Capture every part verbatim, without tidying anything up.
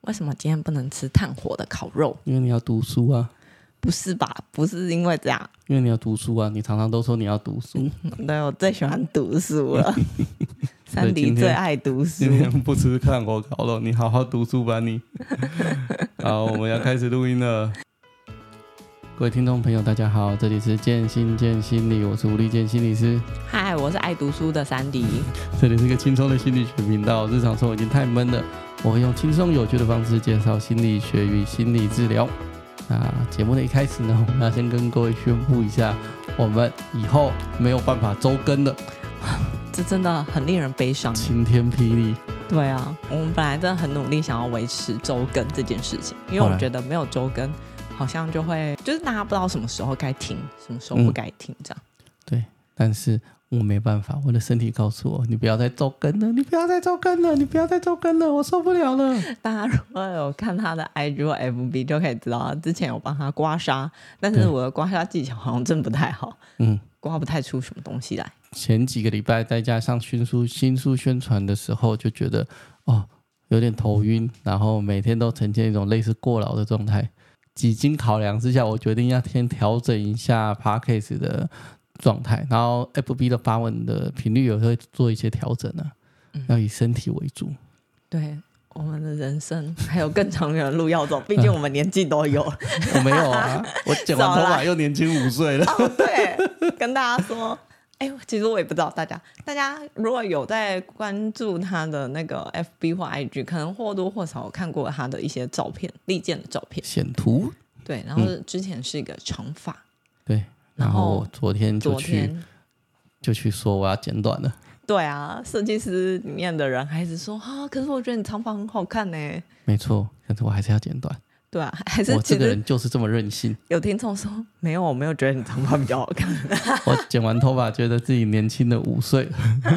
为什么今天不能吃炭火的烤肉？ 因为你要读书啊。 不是吧？不是因为这样。 因为你要读书啊，你常常都说你要读书。 嗯、对，我最喜欢读书了。珊迪最爱读书。 今天不吃炭火烤肉，你好好读书吧你。好，我们要开始录音了。各位听众朋友大家好，这里是健心健心理，我是吴立健心理师。 嗨，我是爱读书的珊迪。 这里是一个轻松的心理学频道，日常生活已经太闷了，我会用轻松有趣的方式介绍心理学与心理治疗。那节目的一开始呢，我们要先跟各位宣布一下，我们以后没有办法周更了。 这真的很令人悲伤， 晴天霹雳。 对啊，我们本来真的很努力想要维持周更这件事情，因为我觉得没有周更好像就会就是大家不知道什么时候该停，什么时候不该停这样、嗯、 对，但是我没办法，我的身体告诉我，你不要再周更了，你不要再周更了，你不要再周更了，我受不了了。 大家如果有看他的 I G 或 F B 就可以知道，之前有帮他刮痧，但是我的刮痧技巧好像真不太好，嗯，刮不太出什么东西来。 前几个礼拜再加上新书新书宣传的时候，就觉得哦有点头晕，然后每天都呈现一种类似过劳的状态。几经考量之下，我决定要先调整一下 Podcast 的状态，然后 F B 的发文的频率也会做一些调整啊、嗯，要以身体为主。 对，我们的人生还有更长远的路要走，毕竟我们年纪都有了。 我没有啊，我剪完头发又年轻五岁了。 哦，对，跟大家说，哎，其实我也不知道大家，大家如果有在关注他的那个 F B 或 I G， 可能或多或少有看过他的一些照片，利剑的照片、 显图。 对，然后之前是一个长发。嗯、 对。然后我昨天就去就去说我要剪短了。 对啊，设计师里面的人还是说啊，可是我觉得你长发很好看呢。 没错，可是我还是要剪短。 对啊，还是我这个人就是这么任性。 有听众说没有，我没有觉得你长发比较好看。 我剪完头发觉得自己年轻了五岁。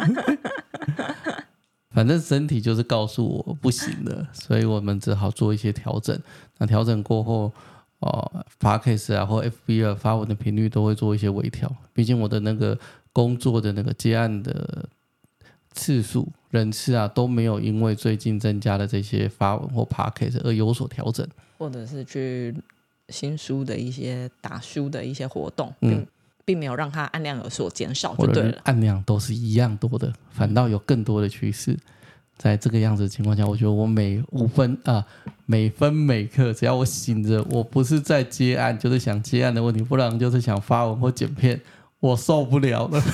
反正身体就是告诉我不行了，所以我们只好做一些调整。那调整过后。哦 Podcast 啊或 F B 啊发文的频率都会做一些微调，毕竟我的那个工作的那个接案的次数人次啊都没有因为最近增加的这些发文或 Podcast 而有所调整， 或者是去新书的一些打书的一些活动、嗯、并, 并没有让它按量有所减少就对了， 按量都是一样多的，反倒有更多的趋势。在这个样子的情况下，我觉得我每五分啊，每分每刻，只要我醒着，我不是在接案，就是想接案的问题，不然就是想发文或剪片，我受不了了。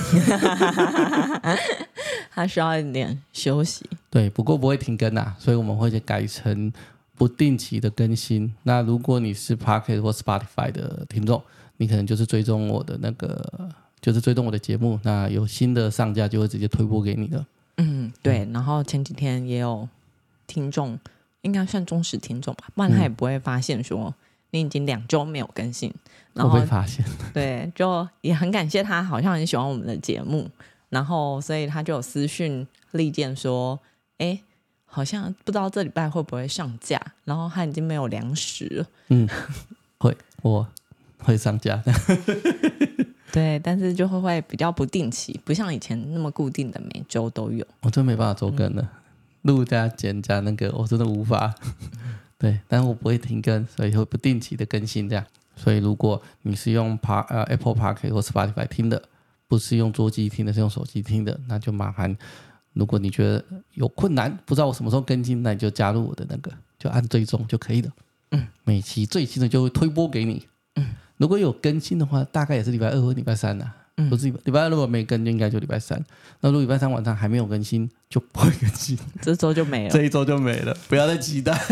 他需要一点休息。 对，不过不会停更啊，所以我们会改成不定期的更新。那如果你是 Podcast 或 Spotify 的听众，你可能就是追踪我的那个，就是追踪我的节目，那有新的上架就会直接推播给你的。 嗯，对，然后前几天也有听众，应该算忠实听众吧，不然他也不会发现说你已经两周没有更新，然后我被发现， 对，就也很感谢他，好像很喜欢我们的节目，然后所以他就有私讯力荐说，哎，好像不知道这礼拜会不会上架，然后他已经没有粮食了。嗯， 会，我会上架。 对，但是就会会比较不定期，不像以前那么固定的每周都有。 我真没办法周更了，录、嗯、加剪加那个我真的无法。对，但是我不会停更，所以会不定期的更新这样。所以如果你是用、呃、Apple Podcast 或 Spotify 听的，不是用桌机听的，是用手机听的，那就麻烦，如果你觉得有困难，不知道我什么时候更新，那你就加入我的那个，就按追踪就可以了。嗯，每期最新的就会推播给你。嗯。如果有更新的话，大概也是礼拜二或礼拜三啊。嗯，不是礼拜礼拜二如果没更，就应该就礼拜三。那如果礼拜三晚上还没有更新，就不会更新， 这周就没了。 这一周就没了，不要再期待。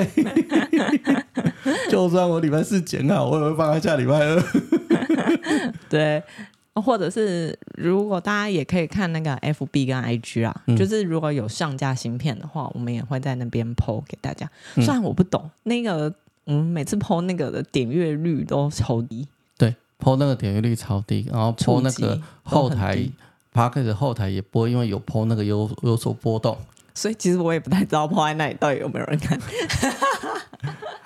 就算我礼拜四剪好，我也会放在下礼拜二。 对，或者是如果大家也可以看那个 F B 跟 I G 啊、嗯，就是如果有上架新片的话，我们也会在那边 po 给大家。虽然我不懂那个。我们每次 po 那个的点阅率都超低， 对 po 那个点阅率超低，然后 po 那个后台 Podcast 后台也不会因为有 po 那个 有, 有所波动， 所以其实我也不太知道 po 在那里到底有没有人看。 好，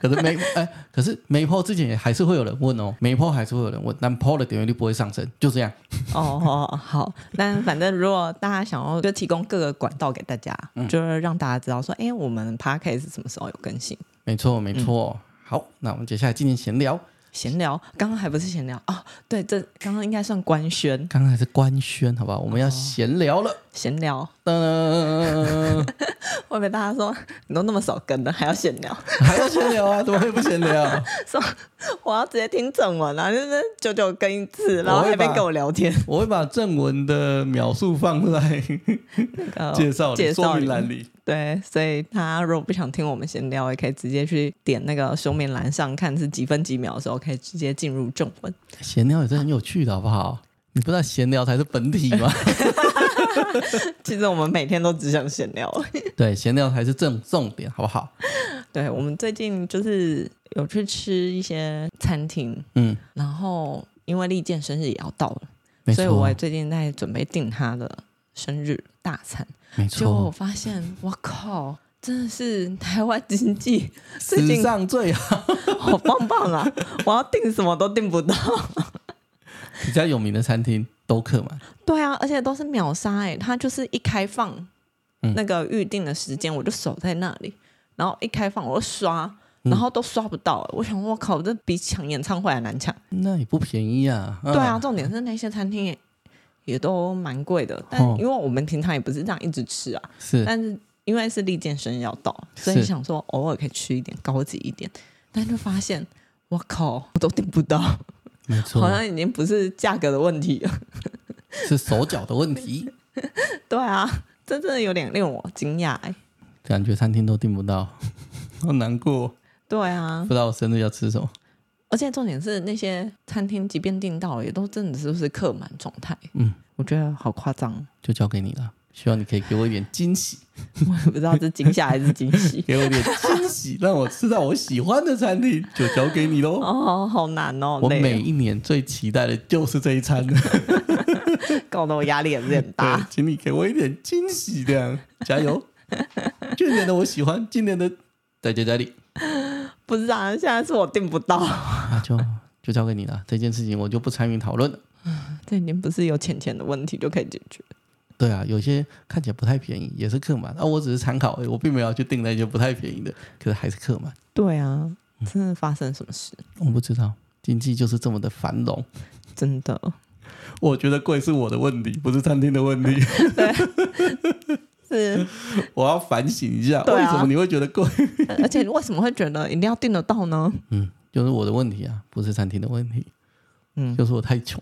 可是没哎，可是没 po 之前也还是会有人问哦，没 po 还是会有人问，但 po 的点阅率不会上升，就这样。 哦，好，但反正如果大家想要就提供各个管道给大家，嗯、就是让大家知道说，哎，我们 podcast 什么时候有更新？ 没错，没错。嗯、好，那我们接下来进行闲聊。 闲聊，刚刚还不是闲聊哦，对，这刚刚应该算官宣， 刚刚还是官宣，好不好？我们要闲聊了， 闲、哦、聊。 噔， 会不会大家说你都那么少更了，还要闲聊？ 还要闲聊啊？怎么会不闲聊？ 说我要直接听正文啊，就是久久更一次，然后还没跟我聊天。 我会把正文的描述放在那个介绍里、说明栏里。 对，所以他如果不想听我们闲聊，也可以直接去点那个说明栏上看是几分几秒的时候，可以直接进入正文。 闲聊也是很有趣的，好不好？你不知道闲聊才是本体吗？ 其实我们每天都只想闲聊。 对，闲聊才是正重点，好不好？ 对，我们最近就是有去吃一些餐厅，嗯，然后因为利剑生日也要到了，所以我也最近在准备订他的生日大餐。 没错， 结果我发现，我靠，真的是台湾经济史上最好， 好棒棒啊！我要订什么都订不到。 比较有名的餐厅都客满。 对啊，而且都是秒杀哎、欸，它就是一开放、嗯、那个预定的时间，我就守在那里，然后一开放我就刷，然后都刷不到、欸嗯、我想我靠，这比抢演唱会还难抢。 那也不便宜啊。 对啊，重点是那些餐厅也也都蛮贵的，但因为我们平常也不是这样一直吃啊， 是， 但是因为是利剑生要到，所以想说偶尔可以吃一点高级一点，但就发现我靠，我都订不到。 没错， 好像已经不是价格的问题了， 是手脚的问题。 对啊，这真的有点令我惊讶哎， 感觉餐厅都订不到，好难过。 对啊， 不知道我生日要吃什么。 而且重点是那些餐厅即便订到也都真的是不是客满状态。嗯，我觉得好夸张。 就交给你了，希望你可以给我一点惊喜。 我也不知道是惊吓还是惊喜。 给我一点惊喜，让我吃到我喜欢的餐厅，就交给你咯。 哦，好难哦， 我每一年最期待的就是这一餐。 搞得我压力也是很大。 对，请你给我一点惊喜，这样加油。去年的我喜欢，今年的再接再厉。 不是啊，现在是我订不到。 那就就交给你了，这件事情我就不参与讨论了。 这已经不是有钱钱的问题就可以解决。 对啊，有些看起来不太便宜，也是客满啊。我只是参考而已，我并没有去订那些不太便宜的，可是还是客满。 对啊，真的发生什么事？ 我不知道，经济就是这么的繁荣， 真的。 我觉得贵是我的问题，不是餐厅的问题。 对，是我要反省一下， 对啊、 为什么你会觉得贵？ 而且为什么会觉得一定要订得到呢？ 嗯，就是我的问题啊，不是餐厅的问题。嗯，就是我太穷。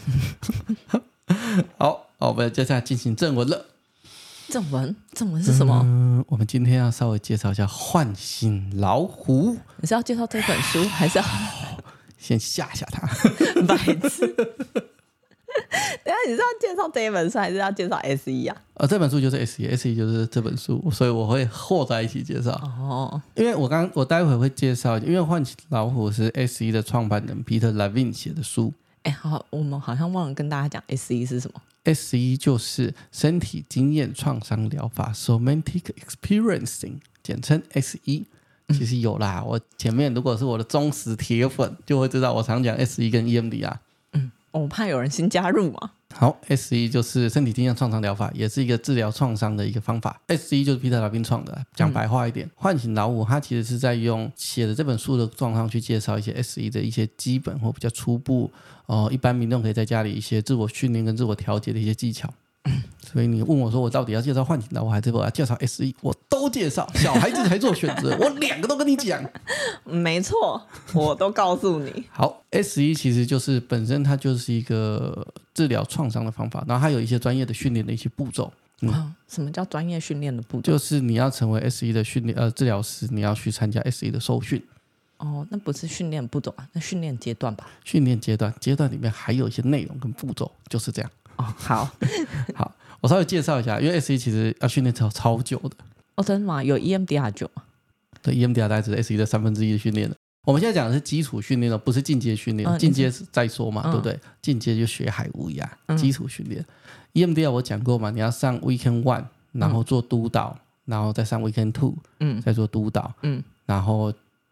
好。好，我们接下来进行正文了。 正文，正文是什么？ 嗯，我们今天要稍微介绍一下《唤醒老虎》。 你是要介绍这本书，还是要先吓吓他？ 白痴！等一下你是要介绍这一本书，还是要介绍 S E 啊？ 呃，这本书就是 S E，S E 就是这本书，所以我会和在一起介绍。哦，因为我刚我待会会介绍，因为《唤醒老虎》是 S E 的创办人 Peter Levine 写的书。 哎，好，我们好像忘了跟大家讲 S E 是什么。 S E 就是身体经验创伤疗法 Somatic Experiencing， 简称 S E。 其实有啦，我前面如果是我的忠实铁粉就会知道我常讲 S E 跟 E M D R。 嗯，我怕有人新加入嘛。 好， S E 就是身体经验创伤疗法，也是一个治疗创伤的一个方法。 S E 就是 Peter Levine 创的，讲白话一点，唤醒老虎他其实是在用写的这本书的状况去介绍一些 S E 的一些基本或比较初步呃，一般民众可以在家里一些自我训练跟自我调节的一些技巧。所以你问我说我到底要介绍唤醒老虎还是我要介绍 S E， 我都介绍，小孩子才做选择。我两个都跟你讲。 没错，我都告诉你。 好， S E 其实就是本身它就是一个治疗创伤的方法，然后它有一些专业的训练的一些步骤。 嗯哦、什么叫专业训练的步骤？ 就是你要成为 S E 的训练呃治疗师，你要去参加 S E 的受训。 哦，那不是训练步骤啊，那训练阶段吧？ 训练阶段，阶段里面还有一些内容跟步骤，就是这样。 哦，好， 好，我稍微介绍一下，因为 S E 其实要训练超超久的。 哦，真的吗？有 E M D R 久吗？ 对 ，E M D R 大概是 S E 的三分之一的训练了。我们现在讲的是基础训练了，不是进阶训练。嗯、进阶是再说嘛，嗯、对不对？进阶就学海无涯，嗯、基础训练。E M D R 我讲过嘛，你要上 Weekend One， 然后做督导，嗯、然后再上 Weekend Two， 嗯，再做督导，嗯，然后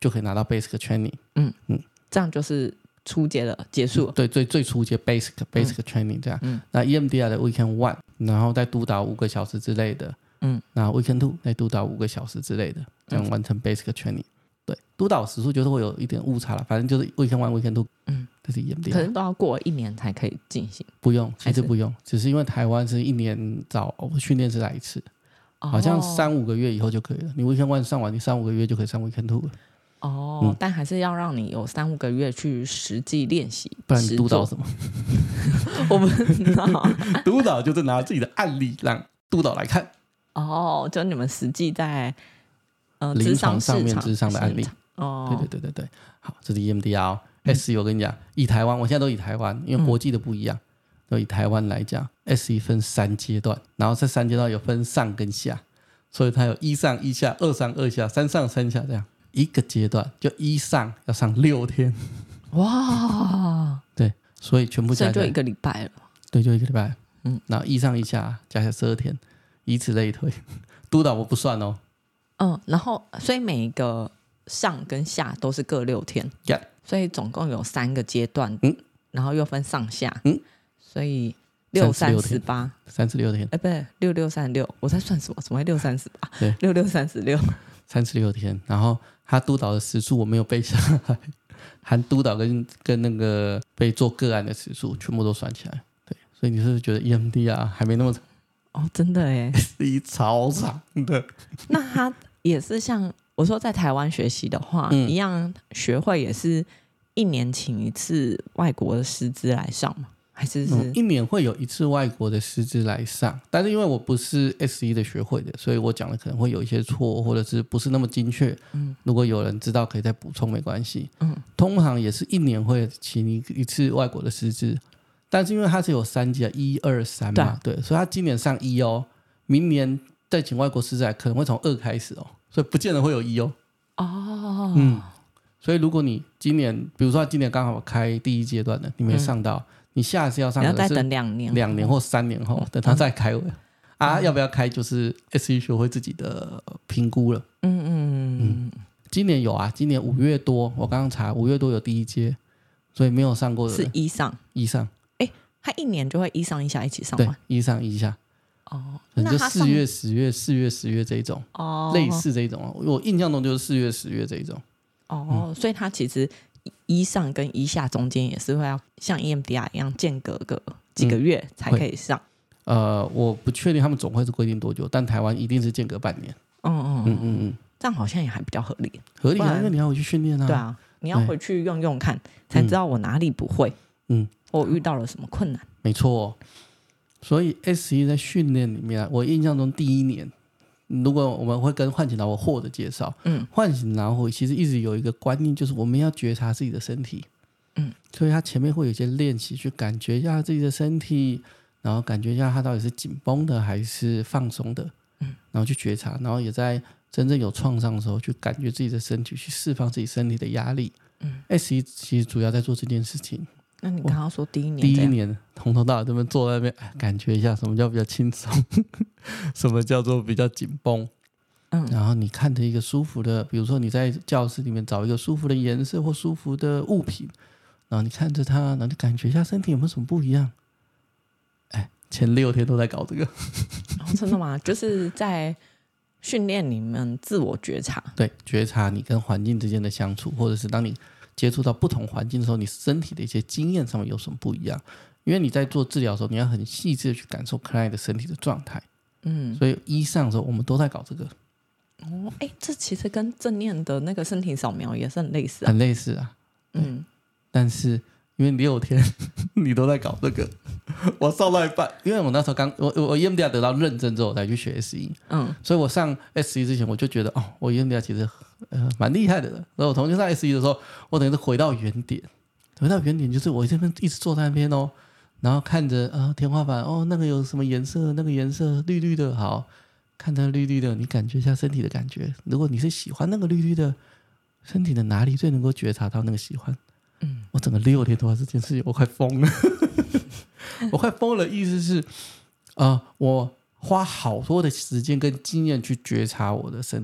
就可以拿到 Basic Training。 嗯嗯，这样就是初阶了，结束了。 对，最最初阶 Basic Basic Training 这样。嗯，那 E M D R 的 Weekend One， 然后再督导五个小时之类的。嗯，然后 Weekend Two 再督导五个小时之类的，这样完成 Basic Training。对，督导时数就是会有一点误差了，反正就是 Weekend One、Weekend Two， 嗯，这是 E M D R。 可能都要过一年才可以进行。 不用，其实不用，只是因为台湾是一年找训练师来一次，哦、好像三五个月以后就可以了。你 Weekend One 上完，你三五个月就可以上 Weekend Two 了。 哦、嗯，但还是要让你有三五个月去实际练习， 不然你督导什么？ 我不知道。 督导就是拿自己的案例让督导来看。 哦，就你们实际在。呃， 临床上面之上的案例， 哦， 对对对对对，好，这是 E M D R、哦嗯、S E 我跟你讲，以台湾，我现在都以台湾，因为国际的不一样，嗯、都以台湾来讲 ，S E 分三阶段，然后这三阶段有分上跟下，所以它有一上一下、二上二下、三上三下这样，一个阶段就一上要上六天，哇，对，所以全部加起来就一个礼拜了， 对，就一个礼拜，嗯，然后一上一下加起来十二天，以此类推，督导我不算哦。 嗯，然后所以每一个上跟下都是各六天， yeah. 所以总共有三个阶段，嗯，然后又分上下，嗯，所以六三十八， 三十六天， 哎，不对，六六三六，我在算什么？怎么会六三十八？对，六六三十六， 三十六天。然后他督导的时数我没有背下来，含督导跟跟那个被做个案的时数全部都算起来，对，所以你是不是觉得 E M D R 还没那么长？ 哦，真的耶， 是超长的。 那他也是像我说，在台湾学习的话，嗯、一样学会也是一年请一次外国的师资来上吗？还是是、 嗯、一年会有一次外国的师资来上？但是因为我不是 S E 的学会的，所以我讲的可能会有一些错，或者是不是那么精确。嗯，如果有人知道，可以再补充，没关系。嗯，通常也是一年会请一一次外国的师资。但是因为它是有三级啊，一二三嘛，对，所以他今年上一哦，明年再请外国师资来，可能会从二开始哦，所以不见得会有一哦。哦，嗯，所以如果你今年，比如说他今年刚好开第一阶段的，你没上到，嗯、你下次要上的是， 你要再等两年， 两年或三年后，嗯、等他再开了、嗯、啊，要不要开就是 S E 学会自己的评估了。嗯嗯嗯，今年有啊，今年五月多，我刚刚查五月多有第一阶，所以没有上过的是一上一上。 他一年就会一上一下一起上完，对，一上一下。哦，那就四月、十月、四月、十月这一种，哦，类似这一种。我印象中就是四月、十月这一种。 哦，嗯、所以他其实一上跟一下中间也是会要像 E M D R 一样间隔个几个月才可以上。 嗯、呃，我不确定他们总会是规定多久，但台湾一定是间隔半年。嗯嗯嗯嗯嗯， 这样好像也还比较合理。 合理啊，因为你要回去训练啊。 对啊，你要回去用用看，才知道我哪里不会。嗯。我遇到了什么困难？ 没错，所以 S E 在训练里面、啊，我印象中第一年，如果我们会跟唤醒老火获的介绍，嗯，唤醒老火其实一直有一个观念，就是我们要觉察自己的身体，嗯，所以他前面会有一些练习，去感觉一下自己的身体，然后感觉一下它到底是紧绷的还是放松的，嗯，然后去觉察，然后也在真正有创伤的时候，去感觉自己的身体，去释放自己身体的压力。嗯 ，S E 其实主要在做这件事情。 那你刚刚说第一年， 第一年从头到尾这边坐在那边，感觉一下什么叫比较轻松，什么叫做比较紧绷。嗯，然后你看着一个舒服的，比如说你在教室里面找一个舒服的颜色或舒服的物品，然后你看着它，然后你感觉一下身体有没有什么不一样。哎，前六天都在搞这个。 哦，真的吗？就是在训练你们自我觉察， 对，觉察你跟环境之间的相处，或者是当你接触到不同环境的时候，你身体的一些经验上面有什么不一样？因为你在做治疗的时候，你要很细致的去感受 client 的身体的状态。嗯，所以一上的时候，我们都在搞这个。 哦，哎，这其实跟正念的那个身体扫描也是很类似啊， 很类似啊。嗯，但是因为六天你都在搞这个，我上到一半，因为我那时候刚我我 E M D R 得到认证之后，我才去学 S E。嗯，所以我上 S E 之前，我就觉得哦，我 E M D R 其实呃蛮厉害的了。然后我重新上 S E 的时候，我等于是回到原点，回到原点就是我这边一直坐在那边哦，然后看着啊、呃、天花板哦，那个有什么颜色，那个颜色绿绿的，好，看着绿绿的，你感觉一下身体的感觉。如果你是喜欢那个绿绿的，身体的哪里最能够觉察到那个喜欢？嗯，我整个六天都在这件事情，我快疯了，我快疯了。意思是，呃，我花好多的时间跟经验去觉察我的身体，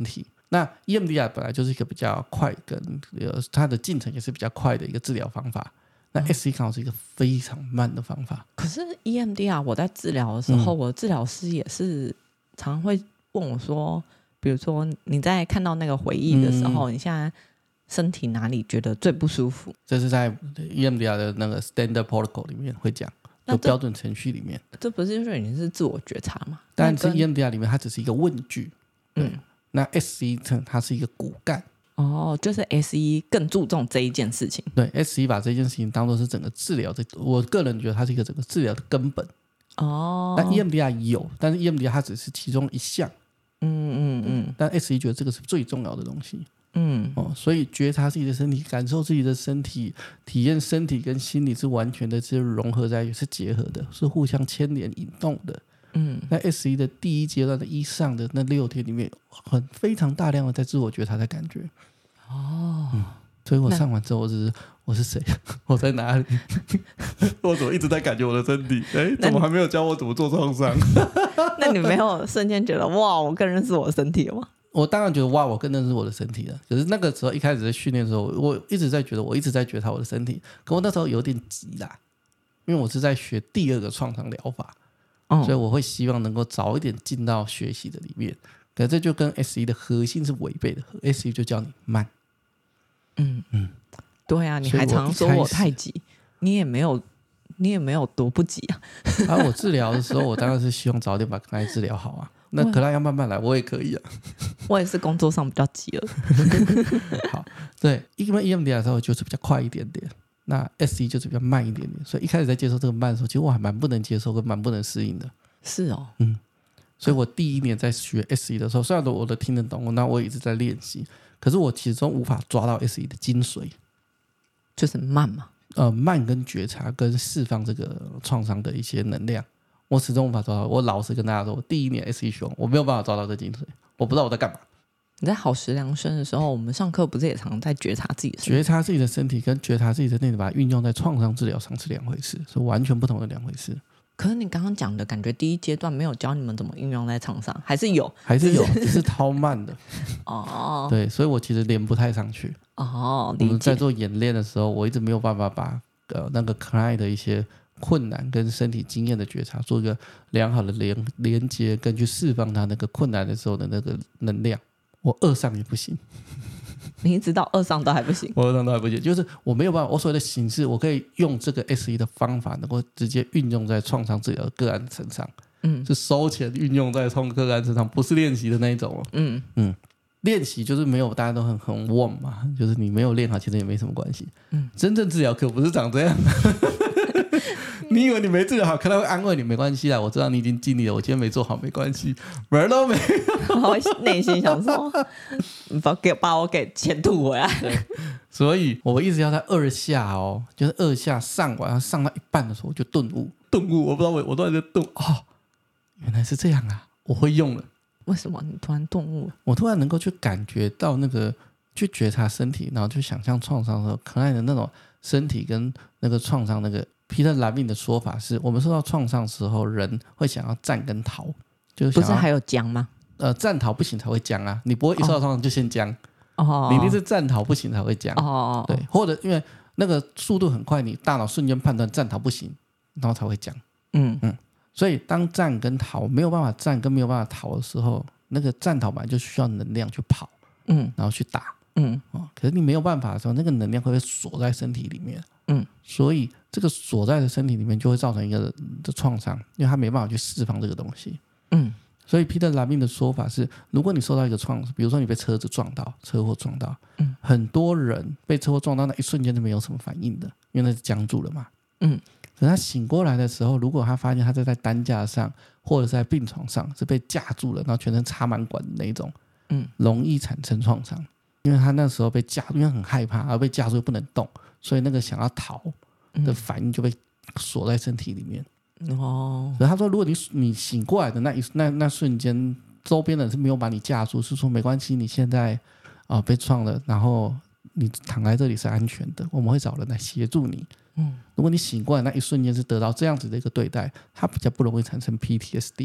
那 E M D R 本来就是一个比较快跟呃它的进程也是比较快的一个治疗方法，那 S E 刚好是一个非常慢的方法。 可是 E M D R 我在治疗的时候、嗯、我的治疗师也是常会问我说，比如说你在看到那个回忆的时候、嗯、你现在身体哪里觉得最不舒服？ 这是在 E M D R 的那个 Standard Protocol 里面会讲，有标准程序里面。 这不是就是已经是自我觉察吗？ 但是 E M D R 里面它只是一个问句，对、嗯、那 S E 它是一个骨干。 哦，就是 S E 更注重这一件事情。 对 ，S E 把这件事情当作是整个治疗的，我个人觉得它是一个整个治疗的根本。 哦， 但 E M D R 有，但是 E M D R 它只是其中一项。 嗯嗯嗯。 但 S E 觉得这个是最重要的东西。 嗯， 哦，所以觉察自己的身体，感受自己的身体，体验身体跟心理是完全的是融合在一起，是结合的，是互相牵连引动的。 嗯， 在 S E 的第一阶段的一上的那六天里面，很非常大量的在自我觉察的感觉。 哦、 嗯，所以我上完之后，我是我是谁？我在哪里？我怎么一直在感觉我的身体？哎，怎么还没有教我怎么做创伤？ 那你没有瞬间觉得哇，我更认识我的身体了吗？ 我当然觉得哇，我更认识我的身体了。可是那个时候一开始在训练的时候，我一直在觉得我一直在觉察我的身体，可我那时候有点急啦，因为我是在学第二个创伤疗法。所以我会希望能够早一点进到学习的里面，可这就跟 S E 的核心是违背的。 S E 就叫你慢。 嗯嗯，对啊，你还常说我太急，你也没有你也没有多不急啊。 啊，我治疗的时候我当然是希望早点把克莱治疗好啊，那克莱要慢慢来我也可以啊。 我也是工作上比较急了。 好，对，因为 E M D R 的时候就是比较快一点点，那 S E 就是比较慢一点点，所以一开始在接受这个慢的时候，其实我还蛮不能接受跟蛮不能适应的。 是哦， 嗯，所以我第一年在学 S E 的时候，虽然我都听得懂，那我也一直在练习，可是我始终无法抓到 S E 的精髓， 就是慢嘛。 呃，慢跟觉察跟释放这个创伤的一些能量，我始终无法抓到。我老实跟大家说，我第一年 S E 学，我没有办法抓到这精髓，我不知道我在干嘛。 你在好时量生的时候，我们上课不是也常常在觉察自己的身体？ 觉察自己的身体跟觉察自己的内在，把它运用在创伤治疗上是两回事，是完全不同的两回事。 可是你刚刚讲的感觉，第一阶段没有教你们怎么运用在创伤，还是有？ 还是有，只是超慢的。 哦， 对，所以我其实连不太上去。 哦， 我们在做演练的时候，我一直没有办法把呃那个 client 的一些困难跟身体经验的觉察做一个良好的连连接，跟去释放他那个困难的时候的那个能量。我二上也不行。 你一直到二上都还不行？ 我二上都还不行，就是我没有办法，我所谓的形式，我可以用这个 S E 的方法，能够直接运用在创伤治疗的个案身上。嗯，是收钱运用在创个案身上，不是练习的那一种哦。嗯嗯，练习就是没有大家都很很 warm 嘛，就是你没有练好，其实也没什么关系。嗯，真正治疗可不是长这样。你以为你没治疗好，可能会安慰你，没关系啦，我知道你已经尽力了，我今天没做好没关系，门都没有。 我内心想说，把给把我给钱吐回来。 对，所以我一直要在二下哦，就是二下上完，上到一半的时候我就顿悟，顿悟，我不知道我我都在顿哦，原来是这样啊，我会用了。 为什么你突然顿悟？ 我突然能够去感觉到那个，去觉察身体，然后去想象创伤的时候，可爱的那种身体跟那个创伤那个。Peter Levine 的说法是，我们受到创伤的时候，人会想要战跟逃，就是想要不是还有僵吗？ 呃，战逃不行才会僵啊，你不会一受到创伤就先僵， 哦， 你一定是战逃不行才会僵， 哦， 对，或者因为那个速度很快，你大脑瞬间判断战逃不行，然后才会僵，嗯嗯，所以当战跟逃没有办法战跟没有办法逃的时候，那个战逃本来就需要能量去跑，嗯，然后去打，嗯，哦，可是你没有办法的时候，那个能量会被锁在身体里面，嗯，所以这个锁在的身体里面就会造成一个的创伤，因为它没办法去释放这个东西。嗯，所以 Peter Levine 的说法是，如果你受到一个创伤，比如说你被车子撞到，车祸撞到，嗯，很多人被车祸撞到那一瞬间就没有什么反应的，因为那是僵住了嘛。嗯，可是他醒过来的时候，如果他发现他是在担架上或者是在病床上是被架住了，然后全身插满管的那一种，嗯，容易产生创伤，因为他那时候被架，因为很害怕，而被架住又不能动，所以那个想要逃的反应就被锁在身体里面。哦，所以他说，如果你你醒过来的那一那那瞬间，周边的人是没有把你架住，是说没关系，你现在啊、呃、被撞了，然后你躺在这里是安全的，我们会找人来协助你。嗯，如果你醒过来那一瞬间是得到这样子的一个对待，它比较不容易产生 P T S D，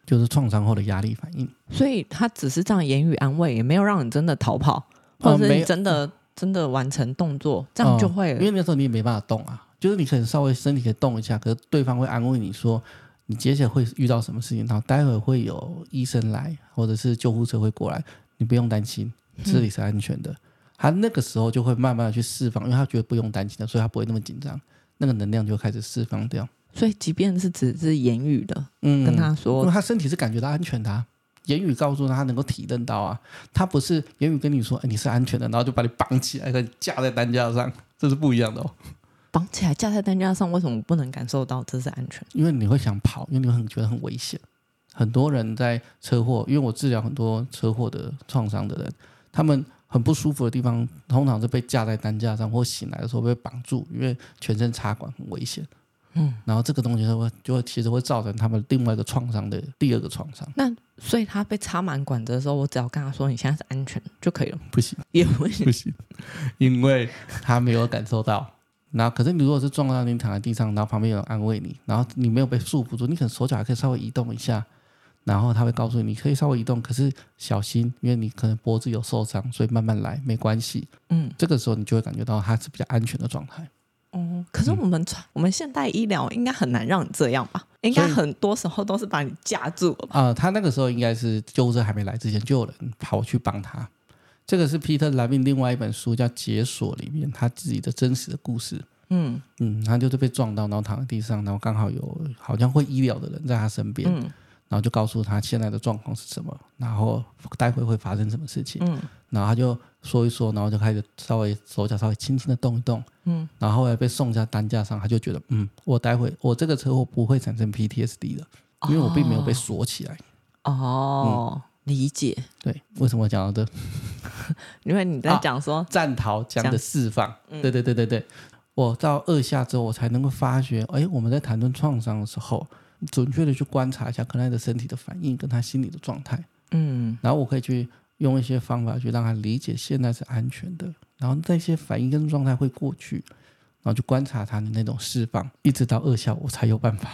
就是创伤后的压力反应。 所以他只是这样言语安慰，也没有让你真的逃跑，或者是你真的、呃、真的完成动作，这样就会、 嗯、因为那时候你也没办法动啊，就是你可能稍微身体可以动一下，可是对方会安慰你说你接下来会遇到什么事情，然后待会会有医生来或者是救护车会过来，你不用担心，这里是安全的、嗯、他那个时候就会慢慢的去释放，因为他觉得不用担心的，所以他不会那么紧张，那个能量就开始释放掉。 所以即便是只是言语的、嗯、跟他说， 因为他身体是感觉到安全的、啊，言语告诉他他能够体认到啊，他不是言语跟你说、哎、你是安全的，然后就把你绑起来架在担架上，这是不一样的哦。 绑起来架在担架上，为什么不能感受到这是安全？ 因为你会想跑，因为你会很觉得很危险。很多人在车祸，因为我治疗很多车祸的创伤的人，他们很不舒服的地方通常是被架在担架上，或醒来的时候被绑住，因为全身插管很危险。嗯，然后这个东西就会就会其实会造成他们另外一个创伤的第二个创伤。 那所以他被插满管子的时候，我只要跟他说你现在是安全就可以了？ 不行， 也不行， 不行，因为他没有感受到。然后可是你如果是撞到你躺在地上，然后旁边有人安慰你，然后你没有被束缚住，你可能手脚还可以稍微移动一下，然后他会告诉你你可以稍微移动，可是小心，因为你可能脖子有受伤，所以慢慢来，没关系。嗯，这个时候你就会感觉到他是比较安全的状态。 哦，可是我们、嗯、我们现代医疗应该很难让你这样吧？应该很多时候都是把你架住了吧？啊、 呃，他那个时候应该是救护车还没来之前，就有人跑去帮他。这个是皮特·莱宾另外一本书叫《解锁》里面他自己的真实的故事。嗯嗯，他就是被撞到，然后躺在地上，然后刚好有好像会医疗的人在他身边，嗯，然后就告诉他现在的状况是什么，然后待会会发生什么事情，嗯，然后他就说一说，然后就开始稍微手脚稍微轻轻的动一动，嗯，然后后来被送下担架上，他就觉得，嗯，我待会我这个车祸不会产生 P T S D 的，因为我并没有被锁起来。 哦，嗯、理解。 对，为什么我讲到这？ 因为你在讲说、啊、 战逃僵的释放，嗯、对对对对对。我到二下之后，我才能够发觉，哎，我们在谈论创伤的时候，准确的去观察一下克莱的身体的反应跟他心理的状态，嗯，然后我可以去用一些方法去让他理解现在是安全的，然后那些反应跟状态会过去，然后去观察他的那种释放，一直到二下我才有办法。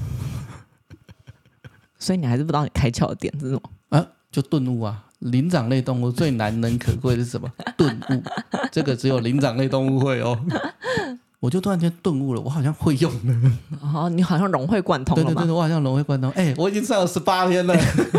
所以你还是不知道你开窍的点是什么啊？就顿悟啊！灵长类动物最难能可贵的是什么？顿悟。这个只有灵长类动物会哦。我就突然间顿悟了，我好像会用了。 哦，你好像融会贯通了吗？ 对对对，我好像融会贯通。哎，我已经上了十八天了，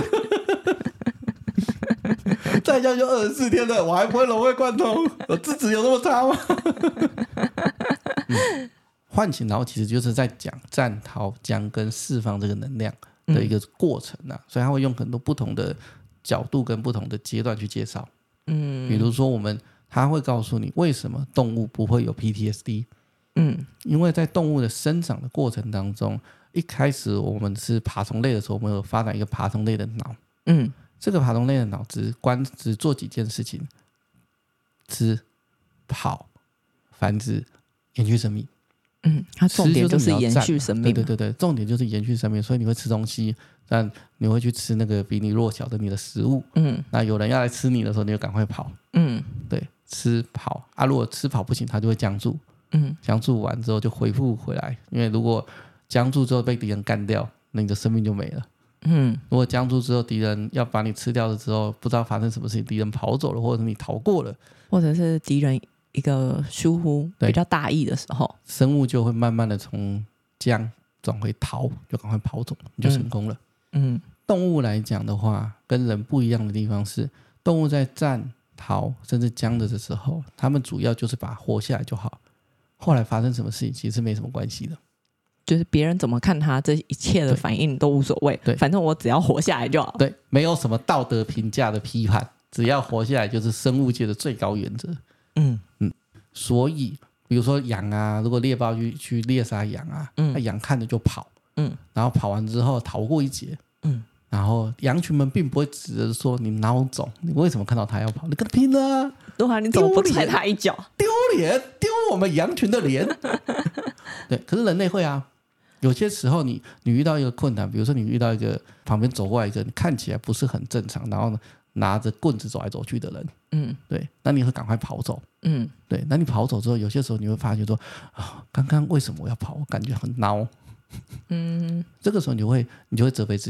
再下就二十四天了，我还不会融会贯通？我智齿有那么差吗？嗯，唤醒，然后其实就是在讲战逃僵跟释放这个能量的一个过程啊，嗯、所以他会用很多不同的角度跟不同的阶段去介绍。嗯，比如说我们他会告诉你为什么动物不会有 P T S D。嗯，因为在动物的生长的过程当中，一开始我们是爬虫类的时候，我们有发展一个爬虫类的脑。嗯，这个爬虫类的脑只关只做几件事情：吃、跑、繁殖、延续生命。嗯，它重点就是延续生命。对对对对，重点就是延续生命。所以你会吃东西，但你会去吃那个比你弱小的你的食物。嗯，那有人要来吃你的时候，你就赶快跑。嗯，对，吃跑啊，如果吃跑不行，它就会僵住。嗯，僵住完之后就恢复回来，因为如果僵住之后被敌人干掉，那你的生命就没了。嗯，如果僵住之后敌人要把你吃掉了之后，不知道发生什么事情，敌人跑走了，或者是你逃过了， 或者是敌人一个疏忽比较大意的时候， 生物就会慢慢的从僵转回逃，就赶快跑走，你就成功了。嗯，嗯动物来讲的话，跟人不一样的地方是，动物在战逃甚至僵的的时候，他们主要就是把活下来就好。后来发生什么事情其实没什么关系的， 就是别人怎么看他，这一切的反应都无所谓。对，反正我只要活下来就好。 对，没有什么道德评价的批判，只要活下来就是生物界的最高原则。嗯嗯，所以比如说羊啊，如果猎豹去去猎杀羊啊，嗯，那羊看着就跑，嗯，然后跑完之后逃过一劫，嗯，然后羊群们并不会指着说你孬种，你为什么看到他要跑？你跟他拼了啊！ 对啊，你怎么不踩他一脚？ 丢脸，丢我们羊群的脸。对，可是人类会啊。有些时候你你遇到一个困难，比如说你遇到一个旁边走过来一个你看起来不是很正常，然后拿着棍子走来走去的人，嗯，对，那你会赶快跑走，嗯，对，那你跑走之后，有些时候你会发觉说啊，刚刚为什么我要跑？我感觉很孬，嗯，这个时候你就会你就会责备自己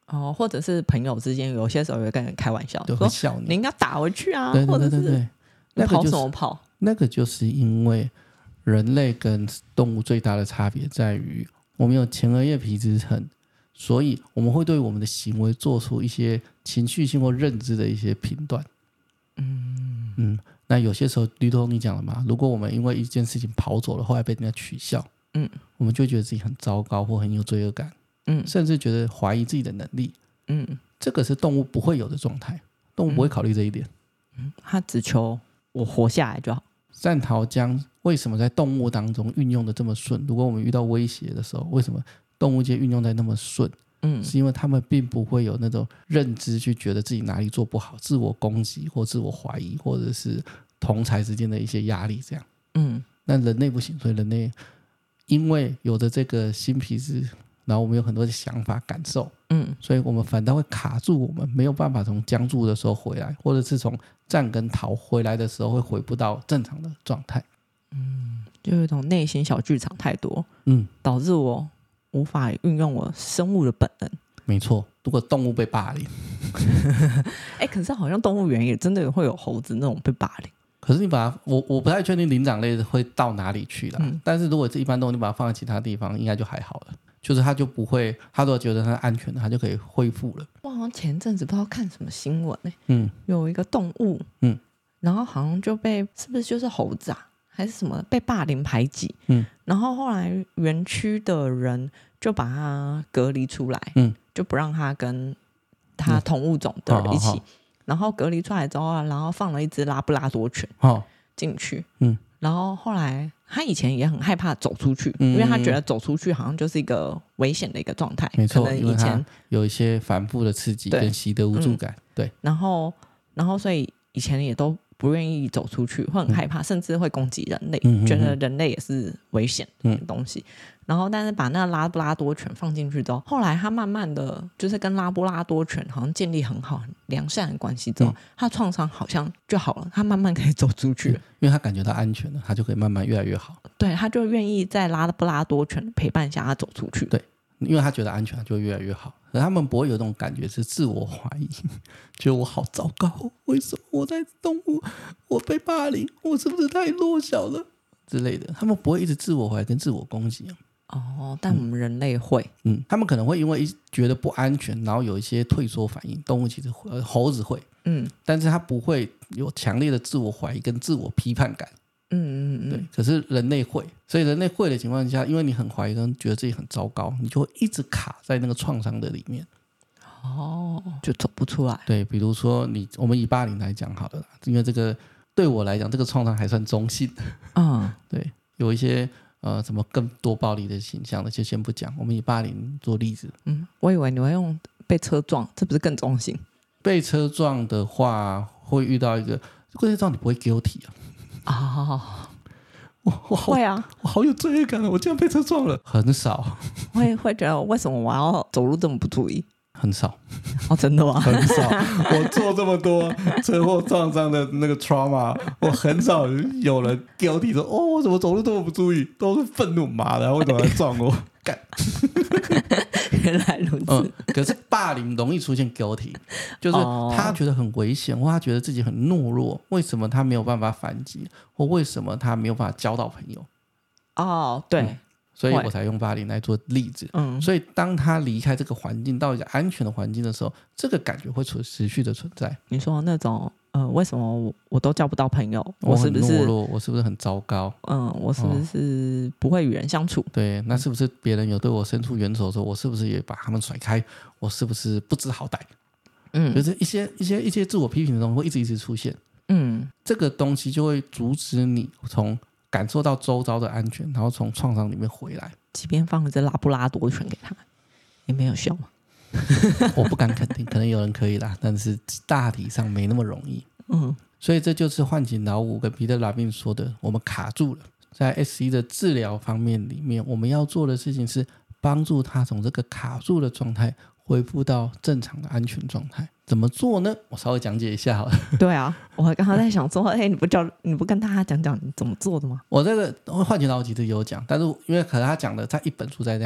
哦，或者是朋友之间有些时候会跟人开玩笑， 就会笑你， 你应该打回去啊， 对对对对对， 或者是那个、就是、 跑什么跑？ 那个就是因为人类跟动物最大的差别在于，我们有前额叶皮质层，所以我们会对我们的行为做出一些情绪性或认知的一些评断。嗯嗯，那有些时候，例如你讲了嘛，如果我们因为一件事情跑走了，后来被人家取笑，嗯，我们就会觉得自己很糟糕或很有罪恶感，嗯，甚至觉得怀疑自己的能力，嗯，这个是动物不会有的状态，动物不会考虑这一点， 嗯，它只求我活下来就好。 战桃浆为什么在动物当中运用的这么顺？如果我们遇到威胁的时候，为什么动物界运用的那么顺？嗯，是因为他们并不会有那种认知去觉得自己哪里做不好，自我攻击或自我怀疑，或者是同侪之间的一些压力这样。嗯，那人类不行，所以人类因为有着这个新皮质，然后我们有很多的想法感受，嗯，所以我们反倒会卡住，我们没有办法从僵住的时候回来，或者是从战跟逃回来的时候会回不到正常的状态。 嗯，就有一种内心小剧场太多，嗯，导致我无法运用我生物的本能。 没错，如果动物被霸凌哎，可是好像动物园也真的会有猴子那种被霸凌。 可是你把它，我我不太确定灵长类会到哪里去啦、嗯、但是如果是一般动物，你把它放在其他地方应该就还好了，就是它就不会，它如果觉得它安全了，它就可以恢复了。 我好像前阵子不知道看什么新闻、欸、嗯，有一个动物，嗯，然后好像就被，是不是就是猴子啊还是什么被霸凌排挤，嗯，然后后来园区的人就把它隔离出来，嗯，就不让它跟它同物种的一起、嗯、好好好，然后隔离出来之后，然后放了一只拉布拉多犬进去，嗯，然后后来他以前也很害怕走出去、嗯、因为他觉得走出去好像就是一个危险的一个状态， 没错， 可能以前有一些反复的刺激跟习得无助感、嗯、对， 然后然后所以以前也都不愿意走出去，会很害怕、嗯、甚至会攻击人类、嗯、觉得人类也是危险的东西、嗯、然后但是把那个拉布拉多犬放进去之后，后来他慢慢的就是跟拉布拉多犬好像建立很好很良善的关系之后、嗯、他创伤好像就好了，他慢慢可以走出去、嗯、 因为他感觉到安全了，他就可以慢慢越来越好， 对，他就愿意在拉布拉多犬的陪伴下他走出去， 对，因为他觉得安全，他就会越来越好。可他们不会有这种感觉，是自我怀疑，觉得我好糟糕，为什么我在动物，我被霸凌，我是不是太弱小了之类的。他们不会一直自我怀疑跟自我攻击、 啊、哦，但我们人类会， 嗯，他们可能会因为觉得不安全，然后有一些退缩反应。动物其实会、呃、猴子会，嗯，但是他不会有强烈的自我怀疑跟自我批判感。嗯嗯嗯，对。可是人类会，所以人类会的情况下，因为你很怀疑跟觉得自己很糟糕，你就会一直卡在那个创伤的里面， 哦，就走不出来。 对，比如说你，我们以霸凌来讲好了啦，因为这个对我来讲，这个创伤还算中性。嗯，对，有一些呃什么更多暴力的倾向的，就先不讲。我们以霸凌做例子。 嗯，我以为你会用被车撞，这不是更中性？ 被车撞的话，会遇到一个被车撞，你不会 guilty 啊。 哦， 我我好会啊， 我好有罪恶感了，我竟然被车撞了，很少。 会会觉得为什么我要走路这么不注意？ 很少。 哦，真的吗？ 很少。我做这么多车祸创伤的那个 trauma， 我很少有人 guilty 说，哦，我怎么走路这么不注意，都是愤怒，妈的，为什么要撞我？干。 原来如此、 嗯。可是霸凌容易出现 guilty， 就是他觉得很危险，或他觉得自己很懦弱，为什么他没有办法反击，或为什么他没有办法交到朋友？ 哦，对。嗯， 所以我才用霸凌来做例子。嗯，所以当他离开这个环境，到一个安全的环境的时候，这个感觉会持续的存在。 你说那种呃，为什么 我, 我都交不到朋友？ 我是不是懦弱？我是不是很糟糕？ 嗯，我是不是不会与人相处？ 哦、对，那是不是别人有对我伸出援手的时候，我是不是也把他们甩开？我是不是不知好歹？嗯，就是一些一些一些自我批评的东西会一直一直出现。嗯，这个东西就会阻止你从感受到周遭的安全，然后从创伤里面回来。 即便放了这拉布拉多犬给他，也没有效吗？ 我不敢肯定，可能有人可以啦，但是大体上没那么容易。嗯，所以这就是唤醒老五跟彼得·拉宾说的，我们卡住了。在 S E 的治疗方面里面，我们要做的事情是帮助他从这个卡住的状态恢复到正常的安全状态。怎么做呢？我稍微讲解一下好了。 对啊，我刚刚在想说，哎，你不叫你不跟大家讲讲你怎么做的吗？ 我这个唤醒老五其实有讲，但是因为可能他讲的在一本书在这样